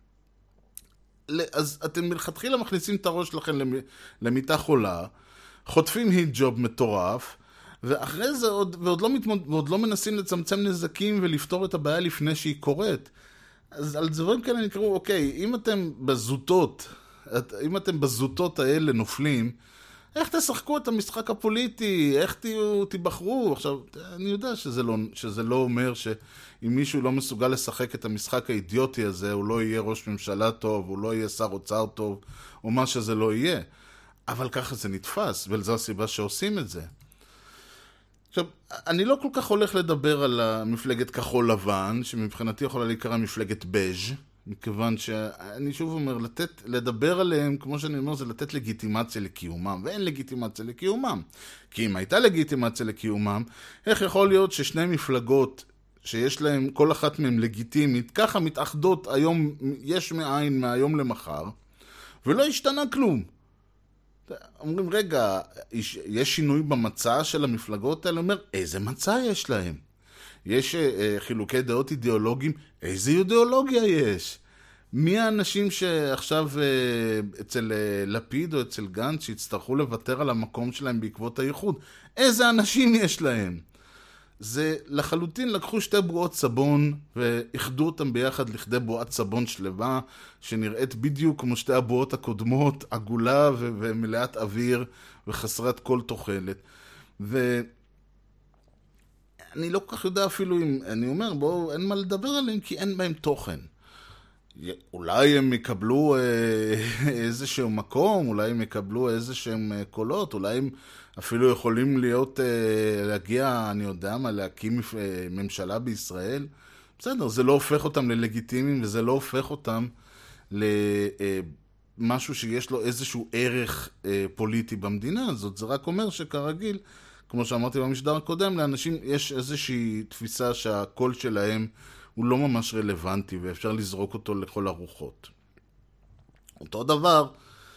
S3: אז אתם מלכתחילה מכניסים את הראש לכם למיטה חולה, חוטפים היט ג'וב מטורף, ואחרי זה עוד, ועוד, לא מתמוד, ועוד לא מנסים לצמצם נזקים ולפתור את הבעיה לפני שהיא קורית. אז על דברים כאלה נקראו, אוקיי, אם אתם בזוטות, אם אתם בזוטות האלה נופלים, איך תשחקו את המשחק הפוליטי? איך תהיו, תיבחרו? עכשיו, אני יודע שזה לא, שזה לא אומר שאם מישהו לא מסוגל לשחק את המשחק האידיוטי הזה, הוא לא יהיה ראש ממשלה טוב, הוא לא יהיה שר אוצר טוב, או מה שזה לא יהיה. אבל ככה זה נתפס, וזו הסיבה שעושים את זה. עכשיו, אני לא כל כך הולך לדבר על המפלגת כחול לבן, שמבחינתי יכולה להיקרא מפלגת בז', מכיוון שאני שוב אומר, לתת, לדבר עליהם, כמו שאני אומר, זה לתת לגיטימציה לקיומם, ואין לגיטימציה לקיומם. כי אם הייתה לגיטימציה לקיומם, איך יכול להיות ששני מפלגות שיש להם, כל אחת מהן לגיטימית, ככה מתאחדות היום, יש מאין מהיום למחר, ולא השתנה כלום. אומרים, רגע, יש שינוי במצע של המפלגות האלה? אומר, איזה מצע יש להם? יש uh, חילוקי דעות אידיאולוגיים, איזה אידיאולוגיה יש? מי האנשים שעכשיו uh, אצל uh, לפיד או אצל גנץ שהצטרכו לוותר על המקום שלהם בעקבות הייחוד? איזה אנשים יש להם? זה לחלוטין לקחו שתי בועות סבון ואיחדו אותם ביחד לכדי בועת סבון שלווה שנראית בדיוק כמו שתי הבועות הקודמות, עגולה ו- ומלאת אוויר וחסרת כל תוחלת. ו... אני לא כל כך יודע אפילו אם, אני אומר, בואו, אין מה לדבר עליהם, כי אין בהם תוכן. אולי הם יקבלו אה, איזשהו מקום, אולי הם יקבלו איזשהם אה, קולות, אולי הם אפילו יכולים להיות, אה, להגיע, אני יודע מה, להקים אה, ממשלה בישראל. בסדר, זה לא הופך אותם ללגיטימיים, וזה לא הופך אותם למשהו אה, שיש לו איזשהו ערך אה, פוליטי במדינה הזאת. זה רק אומר שכרגיל, כמו שאמרתי במשדר הקודם, לאנשים יש איזושהי תפיסה שהקול שלהם הוא לא ממש רלוונטי, ואפשר לזרוק אותו לכל הרוחות. אותו דבר,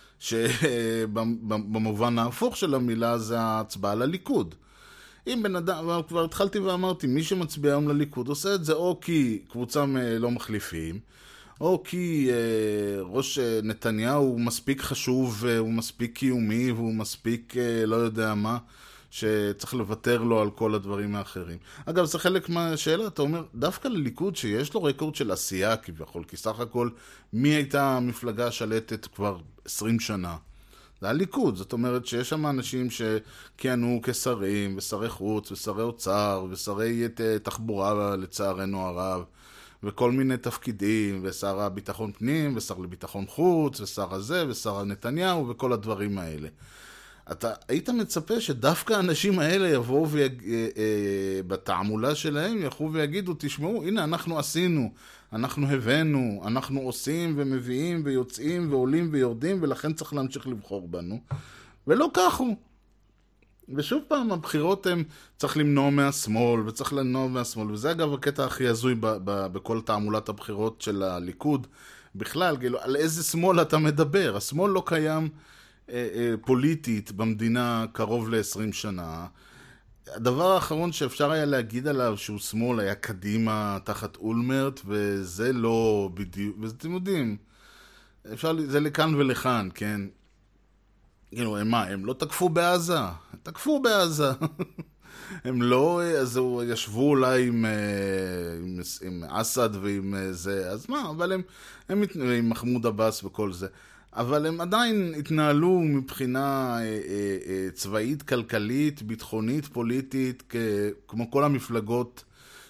S3: שבמובן ההפוך של המילה זה ההצבעה לליכוד. אם בן אדם, כבר התחלתי ואמרתי, מי שמצביע היום לליכוד עושה את זה או כי קבוצה לא מחליפים, או כי אה, ראש נתניהו הוא מספיק חשוב, הוא מספיק קיומי, והוא מספיק אה, לא יודע מה, שצריך לוותר לו על כל הדברים האחרים. אגב, זה חלק מהשאלה, אתה אומר, דווקא לליכוד שיש לו רקורד של עשייה כביכול, כי סך הכל, מי הייתה המפלגה השלטת כבר עשרים שנה? זה הליכוד, זאת אומרת שיש שם אנשים שכיהנו כשרים, ושרי חוץ, ושרי אוצר, ושרי תחבורה לצערנו הרב, וכל מיני תפקידים, ושר הביטחון פנים, ושר לביטחון חוץ, ושר הזה, ושר נתניהו, וכל הדברים האלה. אתה היית מצפה שדווקא האנשים האלה יבואו ויג... בתעמולה שלהם יחו ויגידו, תשמעו, הנה אנחנו עשינו, אנחנו הבאנו, אנחנו עושים ומביאים ויוצאים ועולים ויורדים, ולכן צריך להמשיך לבחור בנו. ולא כך הוא. ושוב פעם, הבחירות הן צריך למנוע מהשמאל, וצריך למנוע מהשמאל, וזה אגב הקטע הכי הזוי ב- ב- בכל תעמולת הבחירות של הליכוד. בכלל, כאילו, על איזה שמאל אתה מדבר? השמאל לא קיים אה, אה, פוליטית במדינה קרוב ל-עשרים שנה. הדבר האחרון שאפשר היה להגיד עליו שהוא שמאל היה קדימה תחת אולמרט, וזה לא בדיוק, ואתם יודעים, אפשר, זה לכאן ולכאן, כן? כאילו, הם מה, הם לא תקפו בעזה? תקפו בעזה. הם לא, אז הוא ישבו אולי עם, עם, עם אסד ועם זה, אז מה, אבל הם, הם עם מחמוד עבאס וכל זה. אבל הם עדיין התנהלו מבחינה אה, אה, צבאית, כלכלית, ביטחונית, פוליטית, כמו כל המפלגות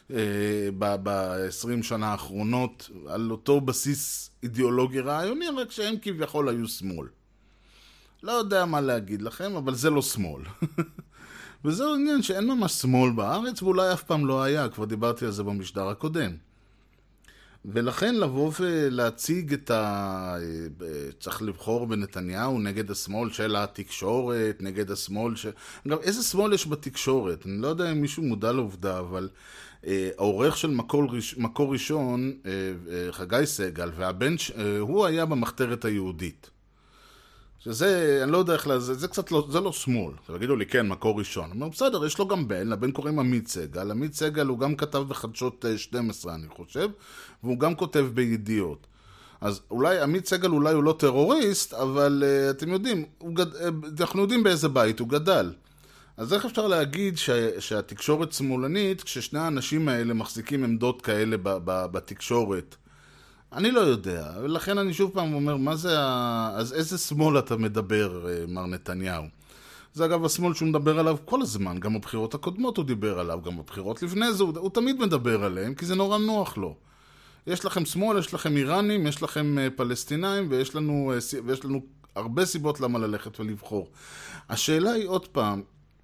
S3: ב-עשרים שנה האחרונות, על אותו בסיס אידיאולוגי רעיוני, רק שהם כביכול היו שמאל. לא יודע מה להגיד לכם, אבל זה לא שמאל. וזהו עניין שאין ממש שמאל בארץ, ואולי אף פעם לא היה, כבר דיברתי על זה במשדר הקודם. ולכן לבוא ולהציג את ה... צריך לבחור בנתניהו נגד השמאל של התקשורת, נגד השמאל של... אגב, איזה שמאל יש בתקשורת? אני לא יודע אם מישהו מודע לעובדה, אבל אה, העורך של מקור, ראש... מקור ראשון, אה, אה, חגי סגל, והבן, אה, הוא היה במחתרת היהודית. שזה, אני לא יודע איך לזה, זה קצת לא, זה לא שמאל. תגידו לי, כן, מקור ראשון. אני אומר, בסדר, יש לו גם בן, לבן קוראים עמית סגל. עמית סגל הוא גם כתב בחדשות שתים עשרה, אני חושב, והוא גם כותב בידיעות. אז אולי, עמית סגל אולי הוא לא טרוריסט, אבל uh, אתם יודעים, גד... אנחנו יודעים באיזה בית הוא גדל. אז איך אפשר להגיד ש... שהתקשורת שמאלנית, כששני האנשים האלה מחזיקים עמדות כאלה ב... ב... בתקשורת? אני לא יודע, ולכן אני שוב פעם אומר, מה זה ה... אז איזה שמאל אתה מדבר, מר נתניהו? זה אגב השמאל שהוא מדבר עליו כל הזמן, גם בבחירות הקודמות הוא דיבר עליו, גם בבחירות לפני זה, הוא, הוא תמיד מדבר עליהם, כי זה נורא נוח לו. יש לכם שמאל, יש לכם איראנים, יש לכם פלסטינאים, ויש לנו, ויש לנו הרבה סיבות למה ללכת ולבחור. השאלה היא עוד פעם,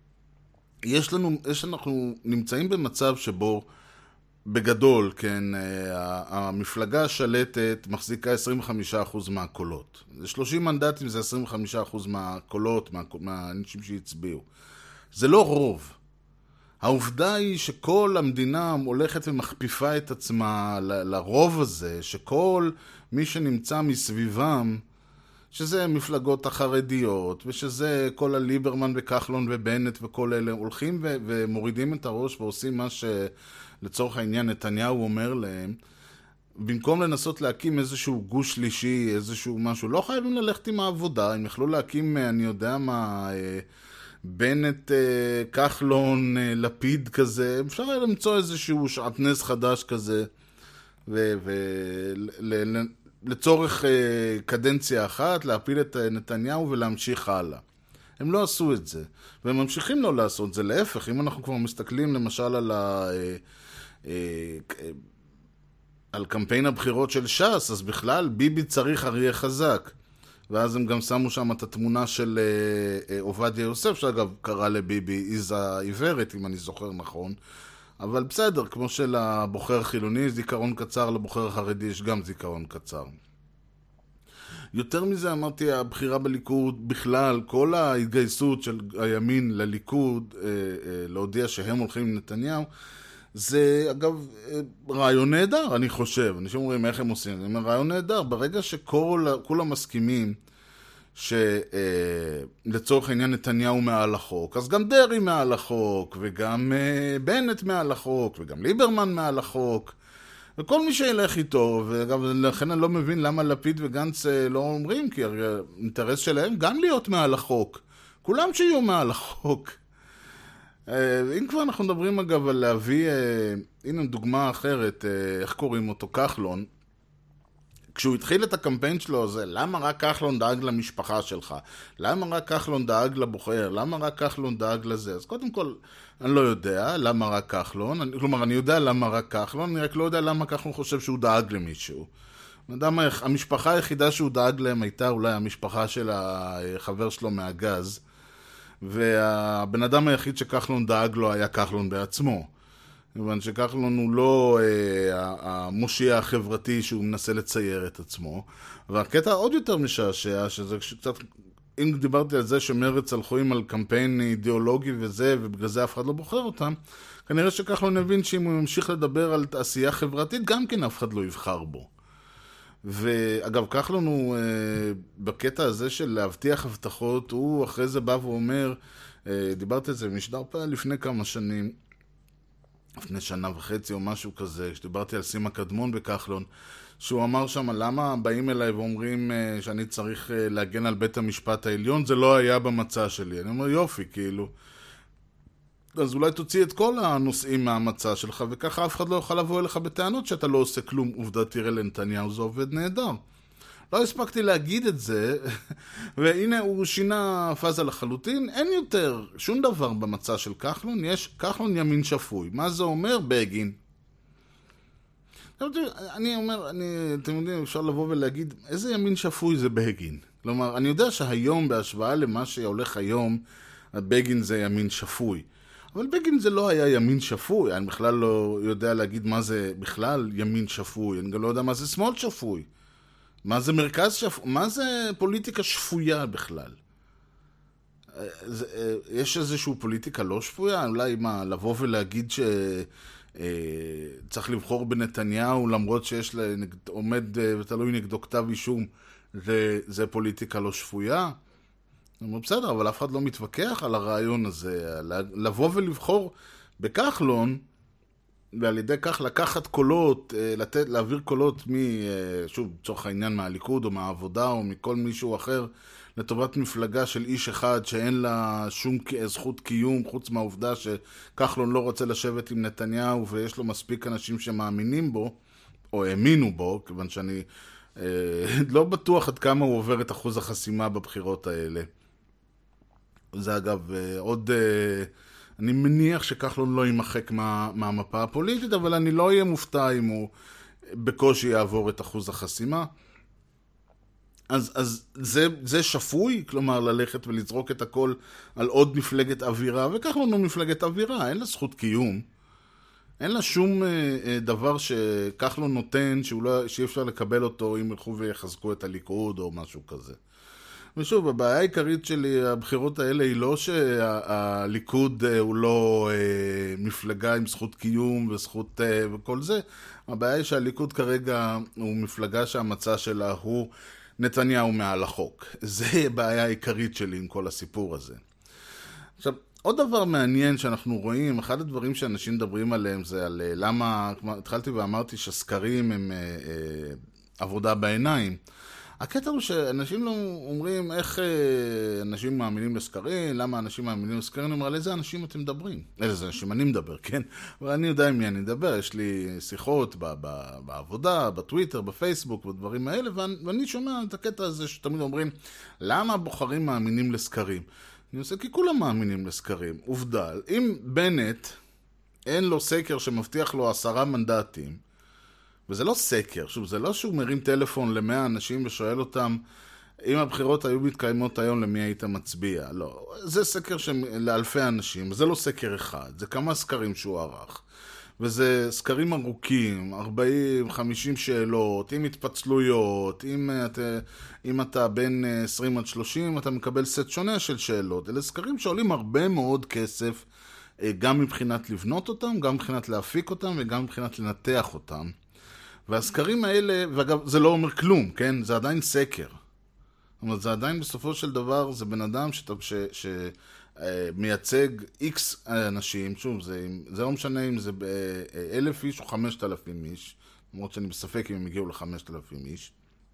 S3: יש לנו, יש אנחנו נמצאים במצב שבו, בגדול, כן, המפלגה השלטת מחזיקה עשרים וחמישה אחוז מהקולות. שלושים מנדטים זה עשרים וחמישה אחוז מהקולות, מהאנשים שהצביעו. זה לא רוב. העובדה היא שכל המדינה הולכת ומכפיפה את עצמה לרוב הזה, שכל מי שנמצא מסביבם, שזה מפלגות החרדיות, ושזה כל הליברמן וכחלון ובנט וכל אלה, הולכים ו- ומורידים את הראש ועושים מה שלצורך העניין נתניהו אומר להם, במקום לנסות להקים איזשהו גוש שלישי, איזשהו משהו, לא חייבים ללכת עם העבודה, הם יכלו להקים, אני יודע מה, בנט, כחלון, לפיד כזה, אפשר היה למצוא איזשהו שעטנז חדש כזה, ו... ו- ל- ל- לצורך uh, קדנציה אחת, להפיל את uh, נתניהו ולהמשיך הלאה. הם לא עשו את זה, והם ממשיכים לא לעשות זה. להפך, אם אנחנו כבר מסתכלים למשל על, ה, uh, uh, uh, על קמפיין הבחירות של ש"ס, אז בכלל ביבי צריך אריה חזק. ואז הם גם שמו שם את התמונה של uh, uh, עובדיה יוסף, שאגב קרא לביבי איזה עיוורת, אם אני זוכר נכון. אבל בסדר, כמו שלבוחר חילוני יש זיכרון קצר, לבוחר חרדי יש גם זיכרון קצר. יותר מזה אמרתי, הבחירה בליכוד בכלל, כל ההתגייסות של הימין לליכוד, אה, אה, להודיע שהם הולכים עם נתניהו, זה אגב רעיון נהדר, אני חושב. אנשים אומרים איך הם עושים, זה רעיון נהדר. ברגע שכולם מסכימים, שלצורך העניין נתניהו מעל החוק, אז גם דרי מעל החוק, וגם בנט מעל החוק, וגם ליברמן מעל החוק, וכל מי שילך איתו, וגם לכן אני לא מבין למה לפיד וגנץ לא אומרים, כי האינטרס שלהם גם להיות מעל החוק, כולם שיהיו מעל החוק. אם כבר אנחנו מדברים אגב על להביא, הנה דוגמה אחרת, איך קוראים אותו, כחלון, כשהוא התחיל את הקמפיין שלו, זה למה רק כחלון דאג למשפחה שלך? למה רק כחלון דאג לבוחר? למה רק כחלון דאג לזה? אז קודם כל, אני לא יודע למה רק כחלון. אני, כלומר, אני יודע למה רק כחלון, אני רק לא יודע למה כחלון חושב שהוא דאג למישהו. אדם, המשפחה היחידה שהוא דאג להם הייתה אולי המשפחה של החבר שלו מהגז, והבן אדם היחיד שכחלון דאג לו היה כחלון בעצמו. כיוון שכחלון הוא לא אה, המושיע החברתי שהוא מנסה לצייר את עצמו. והקטע עוד יותר משעשע, שזה קצת אם דיברתי על זה שמרץ הלכו עם על קמפיין אידיאולוגי וזה, ובגלל זה אף אחד לא בוחר אותם, כנראה שכחלון נבין שאם הוא ממשיך לדבר על תעשייה חברתית, גם כן אף אחד לא יבחר בו. ואגב, כחלון הוא, בקטע הזה של להבטיח הבטחות, הוא אחרי זה בא ואומר, דיברתי על זה במשדר פעם לפני כמה שנים, לפני שנה וחצי או משהו כזה, כשדיברתי על סימה קדמון בכחלון, שהוא אמר שם, למה באים אליי ואומרים שאני צריך להגן על בית המשפט העליון, זה לא היה במצע שלי. אני אומר, יופי, כאילו. אז אולי תוציא את כל הנושאים מהמצע שלך, וככה אף אחד לא יוכל לבוא אליך בטענות שאתה לא עושה כלום. עובדה, תראה לנתניהו, זה עובד נהדר. לא הספקתי להגיד את זה, והנה הוא שינה פאזה לחלוטין, אין יותר שום דבר במצע של כחלון, יש כחלון ימין שפוי. מה זה אומר? בגין. אני אומר, אני, אתם יודעים, אפשר לבוא ולהגיד, איזה ימין שפוי זה בגין? כלומר, אני יודע שהיום, בהשוואה למה שהולך היום, בגין זה ימין שפוי. אבל בגין זה לא היה ימין שפוי, אני בכלל לא יודע להגיד מה זה בכלל ימין שפוי, אני גם לא יודע מה זה שמאל שפוי. מה זה מרכז שפוי? מה זה פוליטיקה שפויה בכלל? יש איזושהי פוליטיקה לא שפויה? אולי מה, לבוא ולהגיד ש... צריך לבחור בנתניהו למרות שיש עומד ותלוי נגדו כתב אישום, זה, זה פוליטיקה לא שפויה? בסדר, אבל אף אחד לא מתווכח על הרעיון הזה. לבוא ולבחור בכחלון, ועל ידי כך לקחת קולות, לתת, להעביר קולות מ, שוב, צורך העניין מהליכוד או מהעבודה או מכל מישהו אחר, לטובת מפלגה של איש אחד שאין לה שום זכות קיום, חוץ מהעובדה שכחלון לא רוצה לשבת עם נתניהו ויש לו מספיק אנשים שמאמינים בו, או האמינו בו, כיוון שאני אה, לא בטוח עד כמה הוא עובר את אחוז החסימה בבחירות האלה. זה אגב אה, עוד... אה, אני מניח שכחלון לא יימחק מה, מהמפה הפוליטית, אבל אני לא אהיה מופתע אם הוא בקושי יעבור את אחוז החסימה. אז, אז זה, זה שפוי, כלומר ללכת ולזרוק את הכל על עוד מפלגת אווירה, וכחלון הוא מפלגת אווירה, אין לה זכות קיום. אין לה שום אה, דבר שכחלון נותן, לא, שאי אפשר לקבל אותו אם ילכו ויחזקו את הליכוד או משהו כזה. ושוב, הבעיה העיקרית שלי, הבחירות האלה, היא לא שהליכוד הוא לא אה, מפלגה עם זכות קיום וזכות אה, וכל זה. הבעיה היא שהליכוד כרגע הוא מפלגה שהמצע שלה הוא נתניהו מעל החוק. זה הבעיה העיקרית שלי עם כל הסיפור הזה. עכשיו, עוד דבר מעניין שאנחנו רואים, אחד הדברים שאנשים מדברים עליהם זה על למה, התחלתי ואמרתי שהסקרים הם אה, אה, עבודה בעיניים. הקטע הוא שאנשים לא אומרים איך אנשים מאמינים לסקרים, למה אנשים מאמינים לסקרים, אני אומר, על איזה אנשים אתם מדברים? על איזה אנשים אני מדבר, כן? אבל אני יודע עם מי אני מדבר, יש לי שיחות ב- ב- בעבודה, בטוויטר, בפייסבוק, בדברים האלה, ואני שומע את הקטע הזה שתמיד אומרים, למה הבוחרים מאמינים לסקרים? אני עושה, כי כולם מאמינים לסקרים. עובדה, אם בנט אין לו סקר שמבטיח לו עשרה מנדטים, וזה לא סקר, שוב, זה לא שהוא מרים טלפון למאה אנשים ושואל אותם, אם הבחירות היו מתקיימות היום, למי היית מצביע? לא, זה סקר לאלפי אנשים, זה לא סקר אחד, זה כמה סקרים שהוא ערך. וזה סקרים ארוכים, ארבעים חמישים שאלות, עם התפצלויות, אם אתה, אם אתה בין עשרים עד שלושים, אתה מקבל סט שונה של שאלות. אלה סקרים שעולים הרבה מאוד כסף, גם מבחינת לבנות אותם, גם מבחינת להפיק אותם, וגם מבחינת לנתח אותם. והסקרים האלה, ואגב, זה לא אומר כלום, כן? זה עדיין סקר. זאת אומרת, זה עדיין בסופו של דבר, זה בן אדם שמייצג איקס אנשים, שוב, זה, זה לא משנה אם זה אלף איש או חמשת אלפים איש, למרות שאני בספק אם הם הגיעו לחמשת אלפים איש.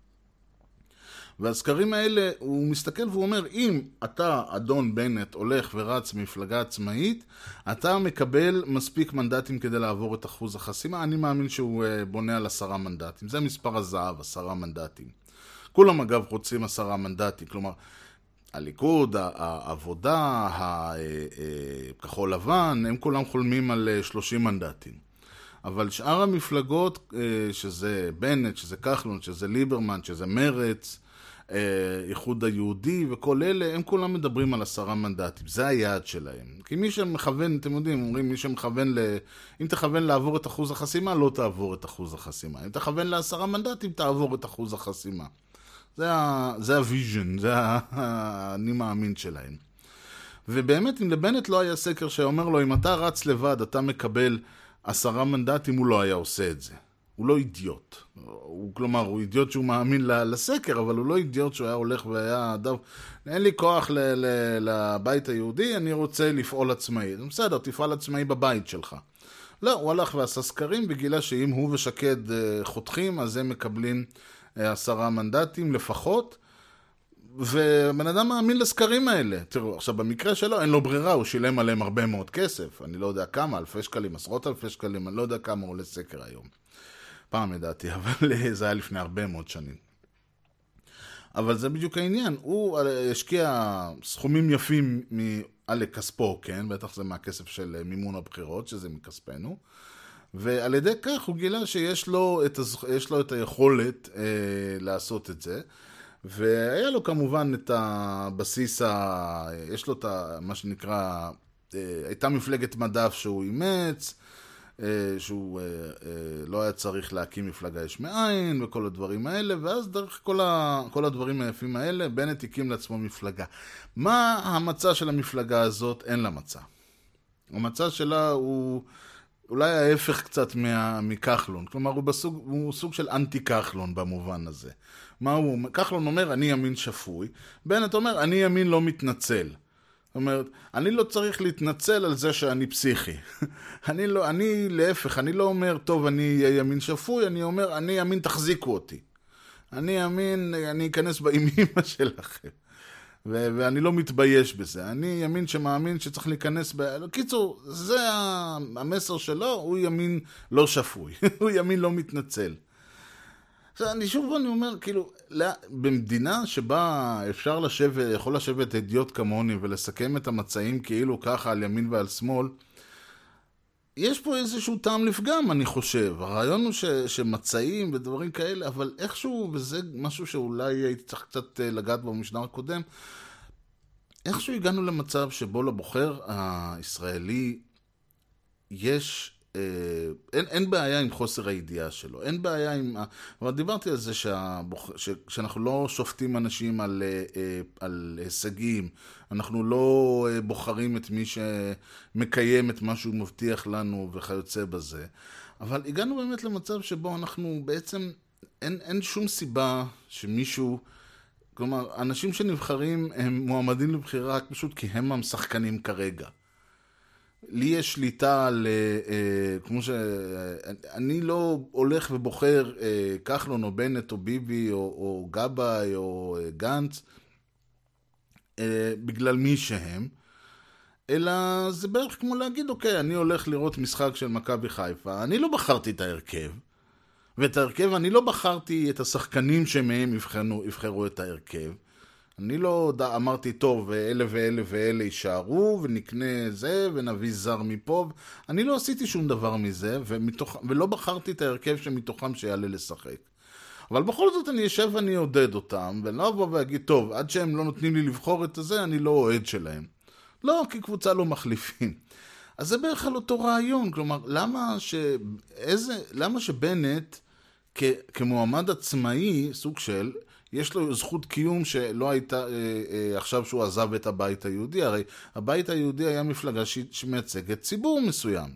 S3: והסקרים האלה, הוא מסתכל והוא אומר, אם אתה, אדון בנט, הולך ורץ מפלגה עצמאית, אתה מקבל מספיק מנדטים כדי לעבור את אחוז החסימה. אני מאמין שהוא בונה על עשרה מנדטים. זה מספר הזהב, עשרה מנדטים. כולם אגב רוצים עשרה מנדטים, כלומר, הליכוד, העבודה, הכחול לבן, הם כולם חולמים על שלושים מנדטים. אבל שאר המפלגות, שזה בנט, שזה כחלון, שזה ליברמן, שזה מרץ, איחוד היהודי וכל אלה, הם כולם מדברים על עשרה מנדטים. זה היעד שלהם. כי מי שמכוון, אתם יודעים, אומרים, מי שמכוון ל... אם תכוון לעבור את אחוז החסימה, לא תעבור את אחוז החסימה. אם תכוון לעשרה מנדטים, תעבור את אחוז החסימה. זה, ה, זה הוויז'ן, זה האני מאמין שלהם. ובאמת, אם לבנט לא היה סקר שאומר לו, אם אתה רץ לבד, אתה מקבל עשרה מנדטים, הוא לא היה עושה את זה. הוא לא אידיוט. הוא, כלומר, הוא אידיוט שהוא מאמין לסקר, אבל הוא לא אידיוט שהוא היה הולך והיה, דו, אין לי כוח ל, ל, לבית היהודי, אני רוצה לפעול עצמאי. בסדר, תפעל עצמאי בבית שלך. לא, הוא הלך ועשה סקרים וגילה שאם הוא ושקד חותכים, אז הם מקבלים עשרה מנדטים לפחות, ובן אדם מאמין לסקרים האלה. תראו, עכשיו במקרה שלו אין לו ברירה, הוא שילם עליהם הרבה מאוד כסף, אני לא יודע כמה, אלפי שקלים, עשרות אלפי שקלים, אני לא יודע כמה עולה סקר היום. פעם ידעתי, אבל זה היה לפני הרבה מאוד שנים. אבל זה בדיוק העניין, הוא השקיע סכומים יפים על כספו, כן, בטח זה מהכסף של מימון הבחירות, שזה מכספנו, ועל ידי כך הוא גילה שיש לו את, יש לו את היכולת אה, לעשות את זה, והיה לו כמובן את הבסיס, ה... יש לו את ה... מה שנקרא, אה, הייתה מפלגת מדף שהוא אימץ, אה, שהוא אה, אה, לא היה צריך להקים מפלגה יש מאין וכל הדברים האלה, ואז דרך כל, ה... כל הדברים היפים האלה, בנט הקים לעצמו מפלגה. מה המצע של המפלגה הזאת? אין לה מצע. המצע שלה הוא אולי ההפך קצת מה... מכחלון, כלומר הוא, בסוג... הוא סוג של אנטי כחלון במובן הזה. מה הוא? כחלון אומר, אני ימין שפוי. בנט אומר, אני ימין לא מתנצל. זאת אומרת, אני לא צריך להתנצל על זה שאני פסיכי. אני לא, אני להפך, אני לא אומר, טוב, אני ימין שפוי, אני אומר, אני ימין תחזיקו אותי. אני ימין, אני אכנס באימא שלכם. ו- ואני לא מתבייש בזה. אני ימין שמאמין שצריך להיכנס ב... קיצור, זה המסר שלו, הוא ימין לא שפוי. הוא ימין לא מתנצל. אני שוב אני אומר, כאילו, במדינה שבה אפשר לשבת, יכול לשבת אידיוט כמוני ולסכם את המצעים כאילו ככה על ימין ועל שמאל, יש פה איזשהו טעם לפגם, אני חושב. הרעיון הוא ש, שמצעים ודברים כאלה, אבל איכשהו, וזה משהו שאולי הייתי צריך קצת לגעת במשדר הקודם, איכשהו הגענו למצב שבו לבוחר הישראלי יש... אין, אין בעיה עם חוסר הידיעה שלו, אין בעיה עם... אבל דיברתי על זה שהבוח... ש... שאנחנו לא שופטים אנשים על, על הישגים, אנחנו לא בוחרים את מי שמקיים את מה שהוא מבטיח לנו וכיוצא בזה, אבל הגענו באמת למצב שבו אנחנו בעצם, אין, אין שום סיבה שמישהו, כלומר, אנשים שנבחרים הם מועמדים לבחירה רק פשוט כי הם המשחקנים כרגע. לי יש שליטה על, אה, כמו ש... אני לא הולך ובוחר אה, כחלון או בנט או ביבי או, או גבאי או אה, גנץ אה, בגלל מי שהם, אלא זה בערך כמו להגיד, אוקיי, אני הולך לראות משחק של מכבי חיפה, אני לא בחרתי את ההרכב, ואת ההרכב אני לא בחרתי את השחקנים שמהם יבחרו, יבחרו את ההרכב, אני לא אמרתי, טוב, אלה ואלה ואלה יישארו, ונקנה זה, ונביא זר מפה. אני לא עשיתי שום דבר מזה, ומתוך, ולא בחרתי את ההרכב שמתוכם שיעלה לשחק. אבל בכל זאת אני אשב ואני אעודד אותם, ואני לא אבוא ואגיד, טוב, עד שהם לא נותנים לי לבחור את זה, אני לא אוהד שלהם. לא, כי קבוצה לא מחליפים. אז זה בערך על אותו רעיון, כלומר, למה, ש... איזה... למה שבנט, כ... כמועמד עצמאי, סוג של... יש לו זכות קיום שלא הייתה, אה, אה, עכשיו שהוא עזב את הבית היהודי, הרי הבית היהודי היה מפלגה ש... שמייצגת ציבור מסוים,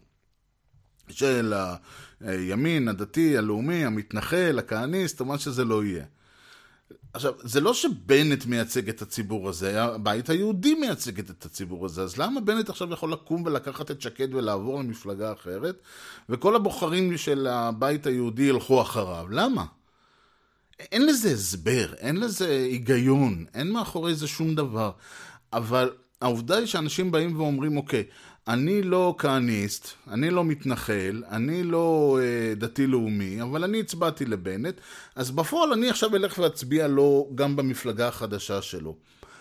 S3: של הימין, הדתי, הלאומי, המתנחל, הכהניסט, או מה שזה לא יהיה. עכשיו, זה לא שבנט מייצג את הציבור הזה, הבית היהודי מייצג את הציבור הזה, אז למה בנט עכשיו יכול לקום ולקחת את שקד ולעבור למפלגה אחרת, וכל הבוחרים של הבית היהודי ילכו אחריו? למה? אין לזה הסבר, אין לזה היגיון, אין מאחורי זה שום דבר. אבל העובדה היא שאנשים באים ואומרים, אוקיי, אני לא כהניסט, אני לא מתנחל, אני לא אה, דתי-לאומי, אבל אני הצבעתי לבנט, אז בפועל אני עכשיו אלך להצביע לו גם במפלגה החדשה שלו.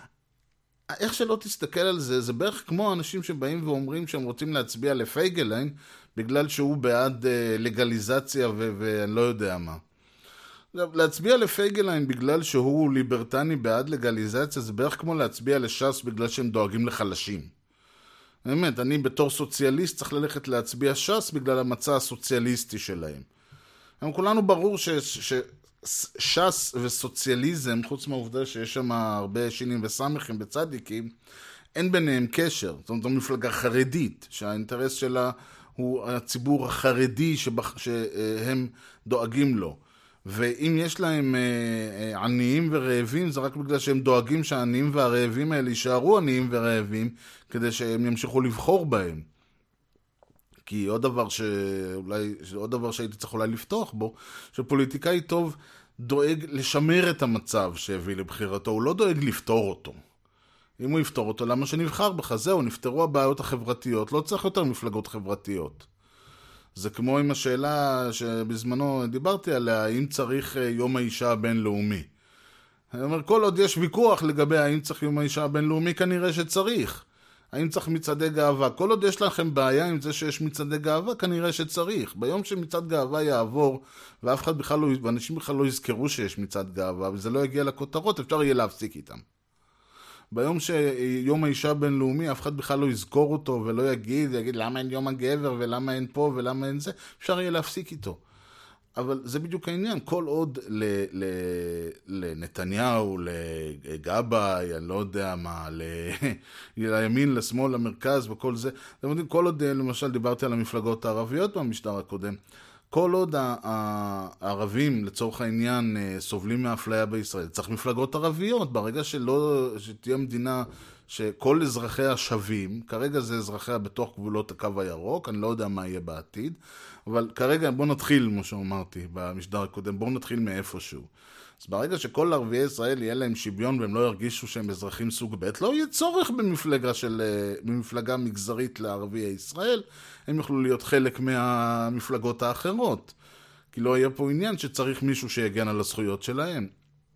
S3: איך שלא תסתכל על זה, זה בערך כמו אנשים שבאים ואומרים שהם רוצים להצביע לפייגליין, בגלל שהוא בעד אה, לגליזציה ו- ואני לא יודע מה. להצביע לפייגליין בגלל שהוא ליברטני בעד לגליזציה, זה בערך כמו להצביע לש"ס בגלל שהם דואגים לחלשים. באמת, אני בתור סוציאליסט צריך ללכת להצביע ש"ס בגלל המצע הסוציאליסטי שלהם. הם כולנו ברור ש... ש... ש"ס וסוציאליזם, חוץ מהעובדה שיש שם הרבה שינים וסמכים בצדיקים, אין ביניהם קשר. זאת אומרת, זו מפלגה חרדית, שהאינטרס שלה הוא הציבור החרדי שבח... שהם דואגים לו. ואם יש להם עניים ורעבים, זה רק בגלל שהם דואגים שהעניים והרעבים האלה יישארו עניים ורעבים, כדי שהם ימשיכו לבחור בהם. כי עוד דבר שאולי, עוד דבר שהייתי צריך אולי לפתוח בו, שפוליטיקאי טוב דואג לשמר את המצב שהביא לבחירתו, הוא לא דואג לפתור אותו. אם הוא יפתור אותו, למה שנבחר בך? זהו, נפתרו הבעיות החברתיות, לא צריך יותר מפלגות חברתיות. זה כמו עם השאלה שבזמנו דיברתי עליה, האם צריך יום האישה הבינלאומי. אני אומר, כל עוד יש ויכוח לגבי האם צריך יום האישה הבינלאומי, כנראה שצריך. האם צריך מצעדי גאווה? כל עוד יש לכם בעיה עם זה שיש מצעדי גאווה, כנראה שצריך. ביום שמצעד גאווה יעבור, ואף אחד בכלל לא, ואנשים בכלל לא יזכרו שיש מצעד גאווה, וזה לא יגיע לכותרות, אפשר יהיה להפסיק איתם. ביום שיום האישה הבינלאומי, אף אחד בכלל לא יזכור אותו, ולא יגיד, יגיד למה אין יום הגבר, ולמה אין פה, ולמה אין זה, אפשר יהיה להפסיק איתו. אבל זה בדיוק העניין, כל עוד ל- ל- לנתניהו, לגבאי, אני לא יודע מה, ל- לימין, לשמאל, למרכז וכל זה, אתם יודעים, כל עוד, למשל, דיברתי על המפלגות הערביות במשטר הקודם, כל עוד הערבים, לצורך העניין, סובלים מהאפליה בישראל, צריך מפלגות ערביות, ברגע שלא, שתהיה מדינה שכל אזרחיה שווים, כרגע זה אזרחיה בתוך גבולות הקו הירוק, אני לא יודע מה יהיה בעתיד, אבל כרגע בוא נתחיל, כמו שאמרתי במשדר הקודם, בוא נתחיל מאיפשהו. אז ברגע שכל ערביי ישראל יהיה להם שוויון והם לא ירגישו שהם אזרחים סוג ב', לא יהיה צורך במפלגה, של, במפלגה מגזרית לערביי ישראל, הם יוכלו להיות חלק מהמפלגות האחרות, כי לא יהיה פה עניין שצריך מישהו שיגן על הזכויות שלהם.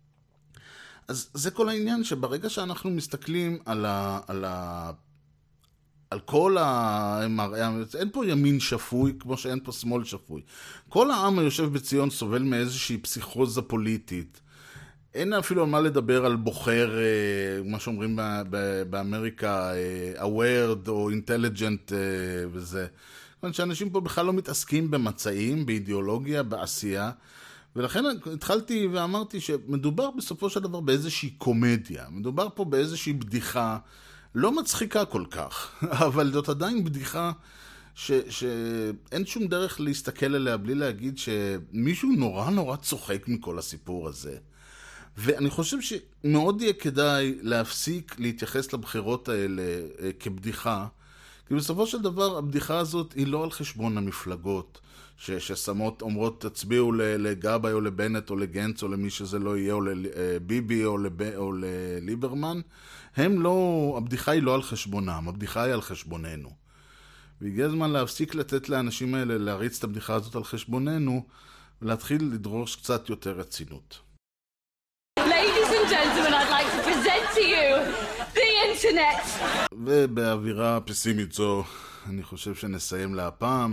S3: אז זה כל העניין שברגע שאנחנו מסתכלים על ה... על ה... על כל המראה, אין פה ימין שפוי כמו שאין פה שמאל שפוי. כל העם היושב בציון סובל מאיזושהי פסיכוזה פוליטית. אין אפילו על מה לדבר על בוחר, מה שאומרים באמריקה, aware או intelligent וזה. כלומר שאנשים פה בכלל לא מתעסקים במצעים, באידיאולוגיה, בעשייה. ולכן התחלתי ואמרתי שמדובר בסופו של דבר באיזושהי קומדיה. מדובר פה באיזושהי בדיחה, לא מצחיקה כל כך, אבל זאת עדיין בדיחה ש, שאין שום דרך להסתכל עליה בלי להגיד שמישהו נורא נורא צוחק מכל הסיפור הזה. ואני חושב שמאוד יהיה כדאי להפסיק להתייחס לבחירות האלה כבדיחה, כי בסופו של דבר הבדיחה הזאת היא לא על חשבון המפלגות, ש, ששמות אומרות תצביעו לגבאי או לבנט או לגנץ או למי שזה לא יהיה, או לביבי או, לב, או לליברמן, הם לא, הבדיחה היא לא על חשבונם, הבדיחה היא על חשבוננו. והגיע הזמן להפסיק לתת לאנשים האלה להריץ את הבדיחה הזאת על חשבוננו, ולהתחיל לדרוש קצת יותר רצינות.
S4: Ladies and gentlemen, I'd like to present to you the internet.
S3: ובאווירה פסימית זו, אני חושב שנסיים להפעם.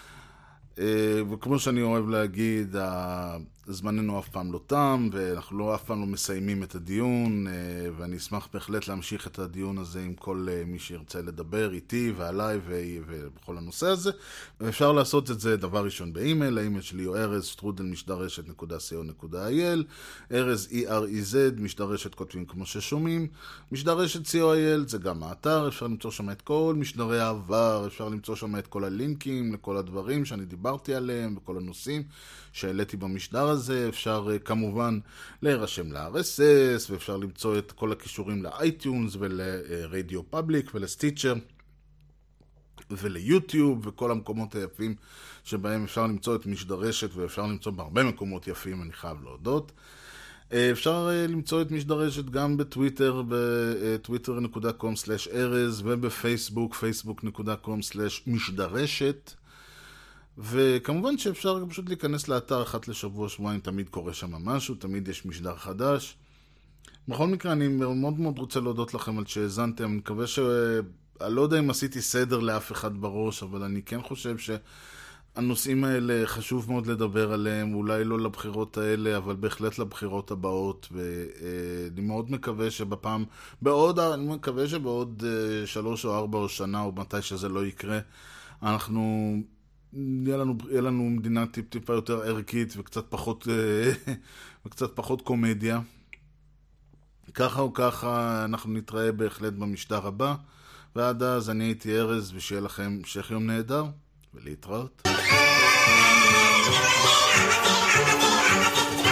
S3: וכמו שאני אוהב להגיד, זמננו אף פעם לא תם, ואנחנו לא אף פעם לא מסיימים את הדיון, ואני אשמח בהחלט להמשיך את הדיון הזה עם כל מי שירצה לדבר איתי ועליי ובכל הנושא הזה. ואפשר לעשות את זה דבר ראשון באימייל, האימייל שלי הוא ארז שטרודל משדרשת נקודה סי או נקודה איי אל, ארז אי אר אי זד, משדרשת כותבים כמו ששומעים, משדרשת סי או איי אל זה גם האתר, אפשר למצוא שם את כל משדרי העבר, אפשר למצוא שם את כל הלינקים לכל הדברים שאני דיברתי עליהם וכל הנושאים שהעליתי במשדר הזה. אפשר כמובן להירשם ל-אר אס אס, ואפשר למצוא את כל הקישורים לאייטיונס ולרדיו פאבליק ולסטיצ'ר וליוטיוב וכל המקומות היפים שבהם אפשר למצוא את משדרשת, ואפשר למצוא בהרבה מקומות יפים, אני חייב להודות. אפשר למצוא את משדרשת גם בטוויטר, בטוויטר דוט קום סלאש ארז, ובפייסבוק, פייסבוק דוט קום סלאש משדרשת. וכמובן שאפשר פשוט להיכנס לאתר אחת לשבוע, שבועיים, תמיד קורה שם משהו, תמיד יש משדר חדש. בכל מקרה, אני מאוד מאוד רוצה להודות לכם על שהאזנתם. אני מקווה ש... אני לא יודע אם עשיתי סדר לאף אחד בראש, אבל אני כן חושב שהנושאים האלה חשוב מאוד לדבר עליהם, אולי לא לבחירות האלה, אבל בהחלט לבחירות הבאות, ואני מאוד מקווה שבפעם, בעוד, אני מקווה שבעוד שלוש או ארבע או שנה, או מתי שזה לא יקרה, אנחנו יהיה לנו, יהיה לנו מדינה טיפ טיפה יותר ערכית וקצת פחות, וקצת פחות קומדיה. ככה או ככה אנחנו נתראה בהחלט במשדר הבא, ועד אז אני הייתי ארז, ושיהיה לכם המשך יום נהדר, ולהתראות.